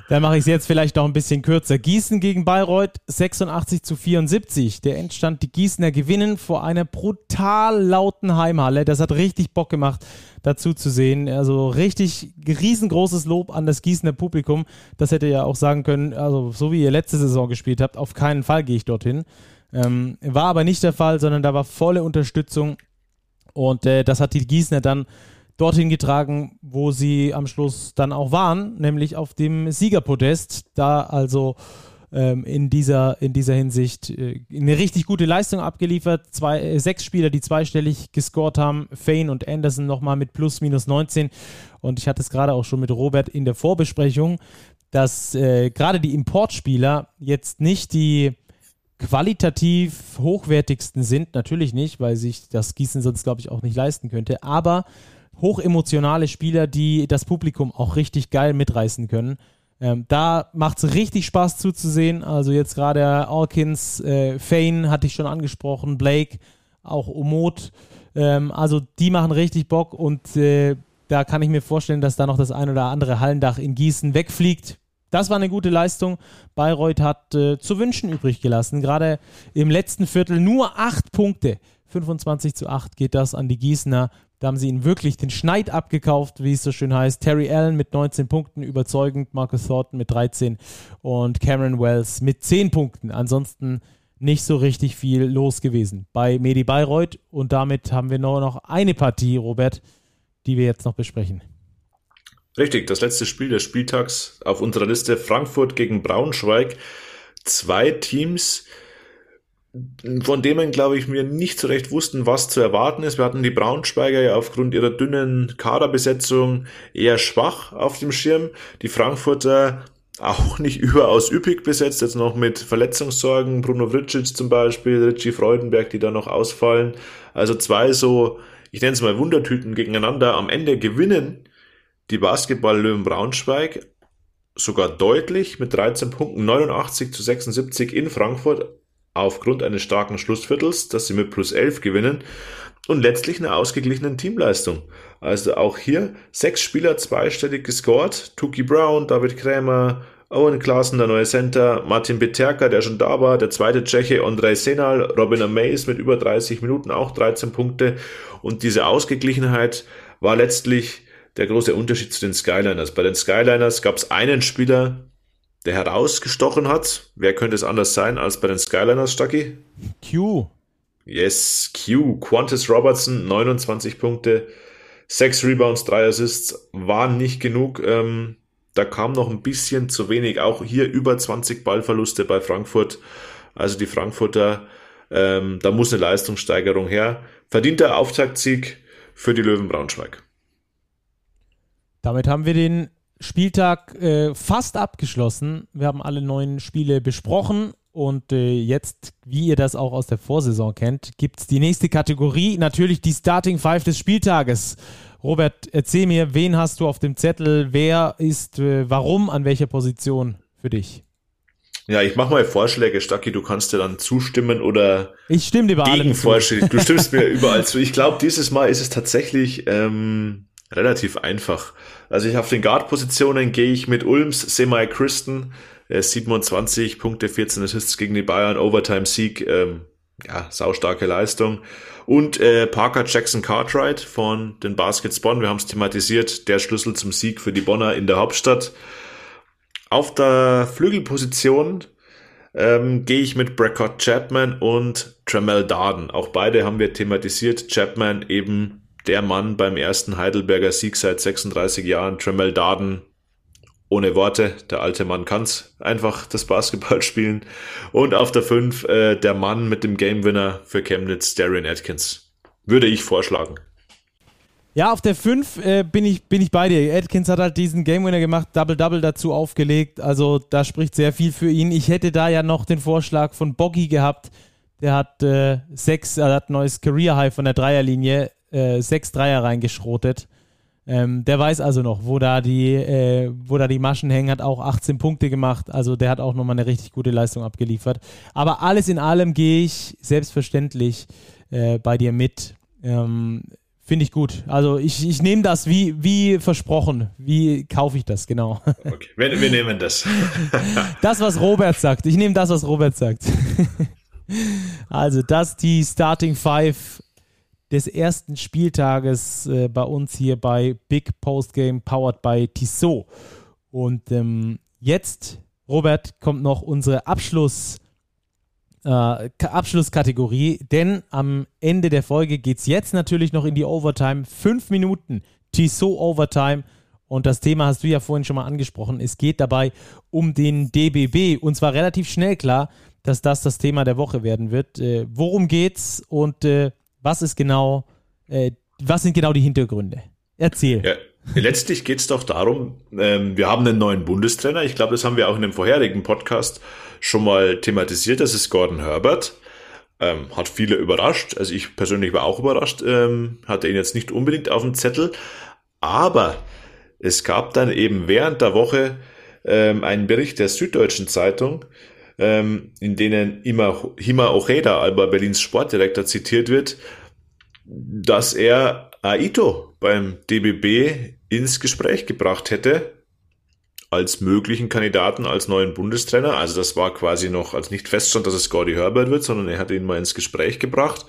Dann mache ich es jetzt vielleicht noch ein bisschen kürzer. Gießen gegen Bayreuth, sechsundachtzig zu vierundsiebzig. Der Endstand, die Gießener gewinnen vor einer brutal lauten Heimhalle. Das hat richtig Bock gemacht, dazu zu sehen. Also richtig riesengroßes Lob an das Gießener Publikum. Das hätte ja auch sagen können, also so wie ihr letzte Saison gespielt habt, auf keinen Fall gehe ich dorthin. Ähm, war aber nicht der Fall, sondern da war volle Unterstützung. Und äh, das hat die Gießener dann dorthin getragen, wo sie am Schluss dann auch waren, nämlich auf dem Siegerpodest. Da also ähm, in, dieser, in dieser Hinsicht äh, eine richtig gute Leistung abgeliefert. Zwei, äh, sechs Spieler, die zweistellig gescored haben. Fane und Anderson nochmal mit plus minus neunzehn. Und ich hatte es gerade auch schon mit Robert in der Vorbesprechung, dass äh, gerade die Importspieler jetzt nicht die qualitativ hochwertigsten sind. Natürlich nicht, weil sich das Gießen sonst, glaube ich, auch nicht leisten könnte. Aber hochemotionale Spieler, die das Publikum auch richtig geil mitreißen können. Ähm, da macht es richtig Spaß zuzusehen. Also jetzt gerade Alkins, äh, Fane hatte ich schon angesprochen, Blake, auch Omot. Ähm, also die machen richtig Bock und äh, da kann ich mir vorstellen, dass da noch das ein oder andere Hallendach in Gießen wegfliegt. Das war eine gute Leistung. Bayreuth hat äh, zu wünschen übrig gelassen. Gerade im letzten Viertel nur acht Punkte. fünfundzwanzig zu acht geht das an die Gießener. Da haben sie ihnen wirklich den Schneid abgekauft, wie es so schön heißt. Terry Allen mit neunzehn Punkten, überzeugend. Marcus Thornton mit dreizehn und Cameron Wells mit zehn Punkten. Ansonsten nicht so richtig viel los gewesen bei Medi Bayreuth. Und damit haben wir nur noch eine Partie, Robert, die wir jetzt noch besprechen. Richtig, das letzte Spiel des Spieltags auf unserer Liste. Frankfurt gegen Braunschweig. Zwei Teams, von denen, glaube ich, wir nicht so recht wussten, was zu erwarten ist. Wir hatten die Braunschweiger ja aufgrund ihrer dünnen Kaderbesetzung eher schwach auf dem Schirm. Die Frankfurter auch nicht überaus üppig besetzt, jetzt noch mit Verletzungssorgen. Bruno Vricic zum Beispiel, Richie Freudenberg, die da noch ausfallen. Also zwei so, ich nenne es mal Wundertüten gegeneinander. Am Ende gewinnen die Basketball-Löwen Braunschweig sogar deutlich mit dreizehn Punkten, neunundachtzig zu sechsundsiebzig in Frankfurt, aufgrund eines starken Schlussviertels, dass sie mit plus elf gewinnen und letztlich eine ausgeglichene Teamleistung. Also auch hier sechs Spieler zweistellig gescored. Tuki Brown, David Krämer, Owen Klaassen, der neue Center, Martin Peterka, der schon da war, der zweite Tscheche, Ondrej Senal, Robin Amaze mit über dreißig Minuten, auch dreizehn Punkte. Und diese Ausgeglichenheit war letztlich der große Unterschied zu den Skyliners. Bei den Skyliners gab es einen Spieler, der herausgestochen hat. Wer könnte es anders sein als bei den Skyliners, Stucky? Q. Yes, Q. Qantas Robertson, neunundzwanzig Punkte, sechs Rebounds, drei Assists, waren nicht genug. Ähm, da kam noch ein bisschen zu wenig. Auch hier über zwanzig Ballverluste bei Frankfurt. Also die Frankfurter, ähm, da muss eine Leistungssteigerung her. Verdienter Auftaktsieg für die Löwen Braunschweig. Damit haben wir den Spieltag äh, fast abgeschlossen. Wir haben alle neun Spiele besprochen und äh, jetzt, wie ihr das auch aus der Vorsaison kennt, gibt es die nächste Kategorie, natürlich die Starting Five des Spieltages. Robert, erzähl mir, wen hast du auf dem Zettel, wer ist, äh, warum, an welcher Position für dich? Ja, ich mache mal Vorschläge, Stucky, du kannst dir dann zustimmen oder ich stimme dir bei allem zu. Du stimmst mir überall zu. Ich glaube, dieses Mal ist es tatsächlich ähm, relativ einfach. Also ich auf den Guard-Positionen gehe ich mit Ulms Semai Christen, äh, siebenundzwanzig Punkte, vierzehn Assists gegen die Bayern, Overtime-Sieg, ähm, ja, saustarke Leistung. Und äh, Parker Jackson Cartwright von den Baskets Bonn, wir haben es thematisiert, der Schlüssel zum Sieg für die Bonner in der Hauptstadt. Auf der Flügelposition ähm, gehe ich mit Brecott Chapman und Tremel Darden. Auch beide haben wir thematisiert. Chapman eben der Mann beim ersten Heidelberger Sieg seit sechsunddreißig Jahren. Tremel Darden, ohne Worte, der alte Mann kann's einfach das Basketball spielen. Und auf der fünf äh, der Mann mit dem Game-Winner für Chemnitz, Darian Atkins. Würde ich vorschlagen. Ja, auf der fünf äh, bin ich, bin ich bei dir. Atkins hat halt diesen Game-Winner gemacht, Double-Double dazu aufgelegt. Also da spricht sehr viel für ihn. Ich hätte da ja noch den Vorschlag von Boggy gehabt. Der hat äh, sechs, er hat ein neues Career-High von der Dreierlinie. Äh, sechs Dreier reingeschrotet. Ähm, der weiß also noch, wo da die äh, wo da die Maschen hängen, hat auch achtzehn Punkte gemacht. Also der hat auch nochmal eine richtig gute Leistung abgeliefert. Aber alles in allem gehe ich selbstverständlich äh, bei dir mit. Ähm, Finde ich gut. Also ich, ich nehme das wie, wie versprochen. Wie kaufe ich das, genau. Okay, wir, wir nehmen das. Das, was Robert sagt. Ich nehme das, was Robert sagt. Also das die Starting Five des ersten Spieltages äh, bei uns hier bei Big Postgame powered by Tissot. Und ähm, jetzt, Robert, kommt noch unsere Abschluss Äh, Abschlusskategorie, denn am Ende der Folge geht es jetzt natürlich noch in die Overtime. Fünf Minuten Tissot Overtime und das Thema hast du ja vorhin schon mal angesprochen. Es geht dabei um den D B B und zwar relativ schnell klar, dass das das Thema der Woche werden wird. Äh, worum geht's und äh, was ist genau, äh, was sind genau die Hintergründe? Erzähl. Ja. Letztlich geht es doch darum, ähm, wir haben einen neuen Bundestrainer. Ich glaube, das haben wir auch in dem vorherigen Podcast schon mal thematisiert. Das ist Gordon Herbert. Ähm, hat viele überrascht. Also ich persönlich war auch überrascht. Ähm, hatte ihn jetzt nicht unbedingt auf dem Zettel. Aber es gab dann eben während der Woche ähm, einen Bericht der Süddeutschen Zeitung, ähm, in denen Hima, Hima Ojeda, Alba Berlins Sportdirektor, zitiert wird, dass er Aito beim D B B ins Gespräch gebracht hätte als möglichen Kandidaten als neuen Bundestrainer. Also das war quasi noch, als nicht feststand, dass es Gordy Herbert wird, sondern er hat ihn mal ins Gespräch gebracht.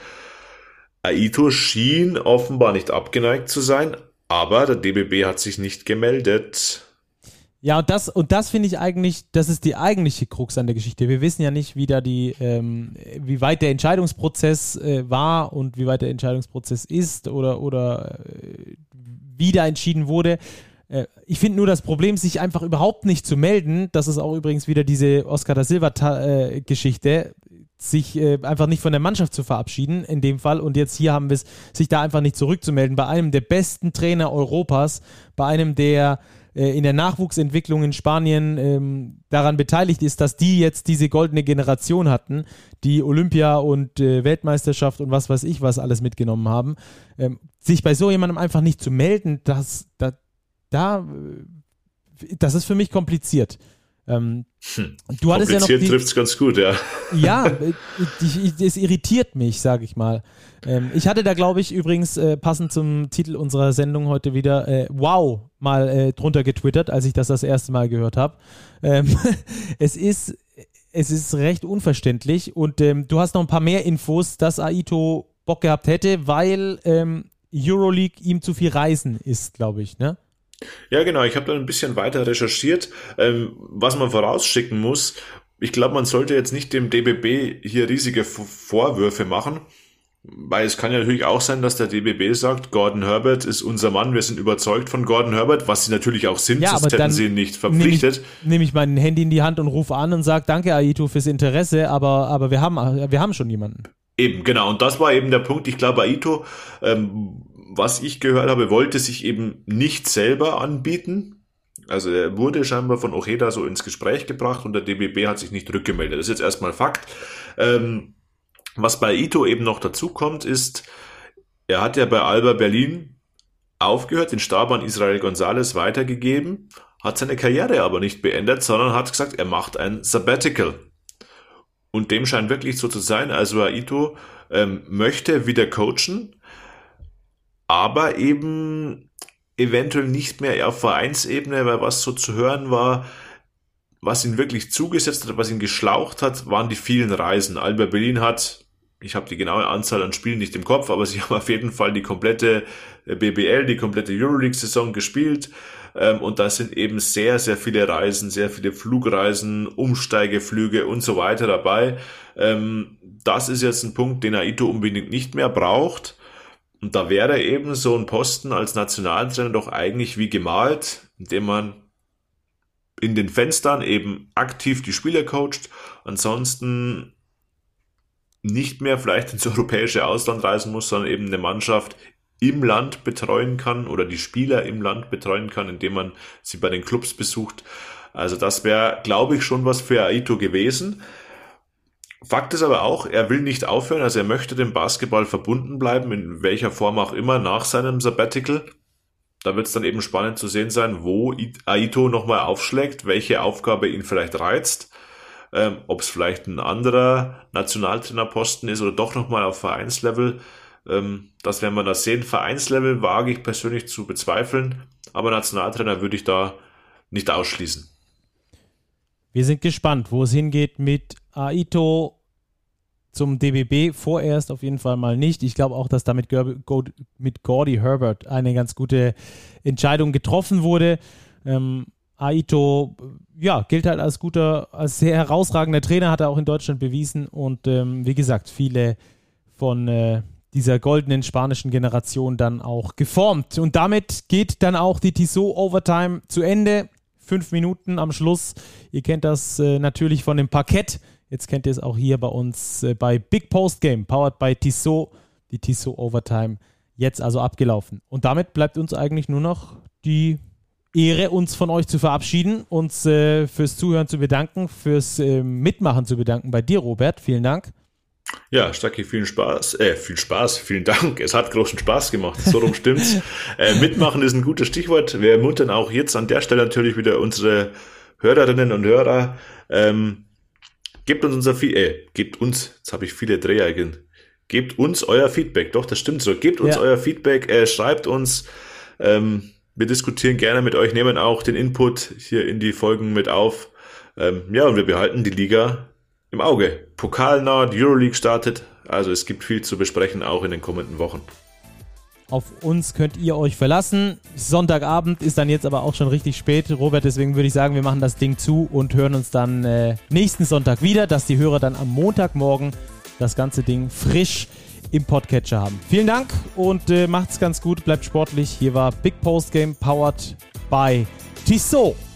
Aito schien offenbar nicht abgeneigt zu sein, aber der D B B hat sich nicht gemeldet. Ja, und das, und das finde ich eigentlich, das ist die eigentliche Krux an der Geschichte. Wir wissen ja nicht, wie da die, ähm, wie weit der Entscheidungsprozess äh, war und wie weit der Entscheidungsprozess ist oder, oder äh, wie da entschieden wurde. Äh, ich finde nur das Problem, sich einfach überhaupt nicht zu melden, das ist auch übrigens wieder diese Oscar da Silva-Geschichte, äh, sich äh, einfach nicht von der Mannschaft zu verabschieden in dem Fall und jetzt hier haben wir es, sich da einfach nicht zurückzumelden bei einem der besten Trainer Europas, bei einem der in der Nachwuchsentwicklung in Spanien ähm, daran beteiligt ist, dass die jetzt diese goldene Generation hatten, die Olympia und äh, Weltmeisterschaft und was weiß ich was alles mitgenommen haben. Ähm, sich bei so jemandem einfach nicht zu melden, das, da, da, das ist für mich kompliziert. Ähm, hm. du hattest ja noch Kompliziert trifft es ganz gut, ja. Ja, es irritiert mich, sage ich mal. Ähm, ich hatte da, glaube ich, übrigens äh, passend zum Titel unserer Sendung heute wieder äh, wow mal äh, drunter getwittert, als ich das das erste Mal gehört habe. Ähm, es ist es ist recht unverständlich und ähm, du hast noch ein paar mehr Infos, dass Aito Bock gehabt hätte, weil ähm, Euroleague ihm zu viel Reisen ist, glaube ich, ne? Ja, genau. Ich habe da ein bisschen weiter recherchiert, ähm, was man vorausschicken muss. Ich glaube, man sollte jetzt nicht dem D B B hier riesige Vorwürfe machen, weil es kann ja natürlich auch sein, dass der D B B sagt, Gordon Herbert ist unser Mann, wir sind überzeugt von Gordon Herbert, was sie natürlich auch sind, ja, sonst hätten sie ihn nicht verpflichtet. Nehme ich, nehm ich mein Handy in die Hand und rufe an und sage, danke Aito fürs Interesse, aber, aber wir haben, wir haben schon jemanden. Eben, genau. Und das war eben der Punkt. Ich glaube, Aito, ähm, was ich gehört habe, wollte sich eben nicht selber anbieten. Also er wurde scheinbar von Ojeda so ins Gespräch gebracht und der D B B hat sich nicht rückgemeldet. Das ist jetzt erstmal Fakt. Ähm, was bei Aito eben noch dazu kommt, ist, er hat ja bei Alba Berlin aufgehört, den Stab an Israel González weitergegeben, hat seine Karriere aber nicht beendet, sondern hat gesagt, er macht ein Sabbatical. Und dem scheint wirklich so zu sein. Also Aito ähm, möchte wieder coachen, aber eben eventuell nicht mehr auf Vereinsebene, weil was so zu hören war, was ihn wirklich zugesetzt hat, was ihn geschlaucht hat, waren die vielen Reisen. Alba Berlin hat, ich habe die genaue Anzahl an Spielen nicht im Kopf, aber sie haben auf jeden Fall die komplette B B L, die komplette Euroleague-Saison gespielt. Und da sind eben sehr, sehr viele Reisen, sehr viele Flugreisen, Umsteigeflüge und so weiter dabei. Das ist jetzt ein Punkt, den Aito unbedingt nicht mehr braucht. Und da wäre eben so ein Posten als Nationaltrainer doch eigentlich wie gemalt, indem man in den Fenstern eben aktiv die Spieler coacht, ansonsten nicht mehr vielleicht ins europäische Ausland reisen muss, sondern eben eine Mannschaft im Land betreuen kann oder die Spieler im Land betreuen kann, indem man sie bei den Clubs besucht. Also das wäre, glaube ich, schon was für Aito gewesen. Fakt ist aber auch, er will nicht aufhören, also er möchte dem Basketball verbunden bleiben, in welcher Form auch immer, nach seinem Sabbatical. Da wird es dann eben spannend zu sehen sein, wo Aito nochmal aufschlägt, welche Aufgabe ihn vielleicht reizt, ähm, ob es vielleicht ein anderer Nationaltrainerposten ist oder doch nochmal auf Vereinslevel. Ähm, das werden wir da sehen. Vereinslevel wage ich persönlich zu bezweifeln, aber Nationaltrainer würde ich da nicht ausschließen. Wir sind gespannt, wo es hingeht mit Aito zum D B B. Vorerst auf jeden Fall mal nicht. Ich glaube auch, dass da mit, Ger- mit Gordy Herbert eine ganz gute Entscheidung getroffen wurde. Ähm, Aito, ja, gilt halt als guter, als sehr herausragender Trainer, hat er auch in Deutschland bewiesen und ähm, wie gesagt, viele von äh, dieser goldenen spanischen Generation dann auch geformt. Und damit geht dann auch die Tissot Overtime zu Ende. Fünf Minuten am Schluss. Ihr kennt das äh, natürlich von dem Parkett. Jetzt kennt ihr es auch hier bei uns äh, bei Big Post Game, powered by Tissot. Die Tissot Overtime jetzt also abgelaufen. Und damit bleibt uns eigentlich nur noch die Ehre, uns von euch zu verabschieden, uns äh, fürs Zuhören zu bedanken, fürs äh, Mitmachen zu bedanken bei dir, Robert. Vielen Dank. Ja, Stacki, vielen Spaß, äh, viel Spaß, vielen Dank. Es hat großen Spaß gemacht, so rum stimmt's. äh, mitmachen ist ein gutes Stichwort. Wir ermuntern auch jetzt an der Stelle natürlich wieder unsere Hörerinnen und Hörer. Ähm, gebt uns unser Feedback, äh, gebt uns, jetzt habe ich viele Dreiecken, gebt uns euer Feedback, doch, das stimmt so. Gebt uns ja. euer Feedback, äh, schreibt uns, ähm, wir diskutieren gerne mit euch, nehmen auch den Input hier in die Folgen mit auf. Ähm, ja, und wir behalten die Liga im Auge. Pokalnah, die Euroleague startet, also es gibt viel zu besprechen, auch in den kommenden Wochen. Auf uns könnt ihr euch verlassen. Sonntagabend ist dann jetzt aber auch schon richtig spät, Robert, deswegen würde ich sagen, wir machen das Ding zu und hören uns dann äh, nächsten Sonntag wieder, dass die Hörer dann am Montagmorgen das ganze Ding frisch im Podcatcher haben. Vielen Dank und äh, macht's ganz gut, bleibt sportlich. Hier war Big Post Game, powered by Tissot.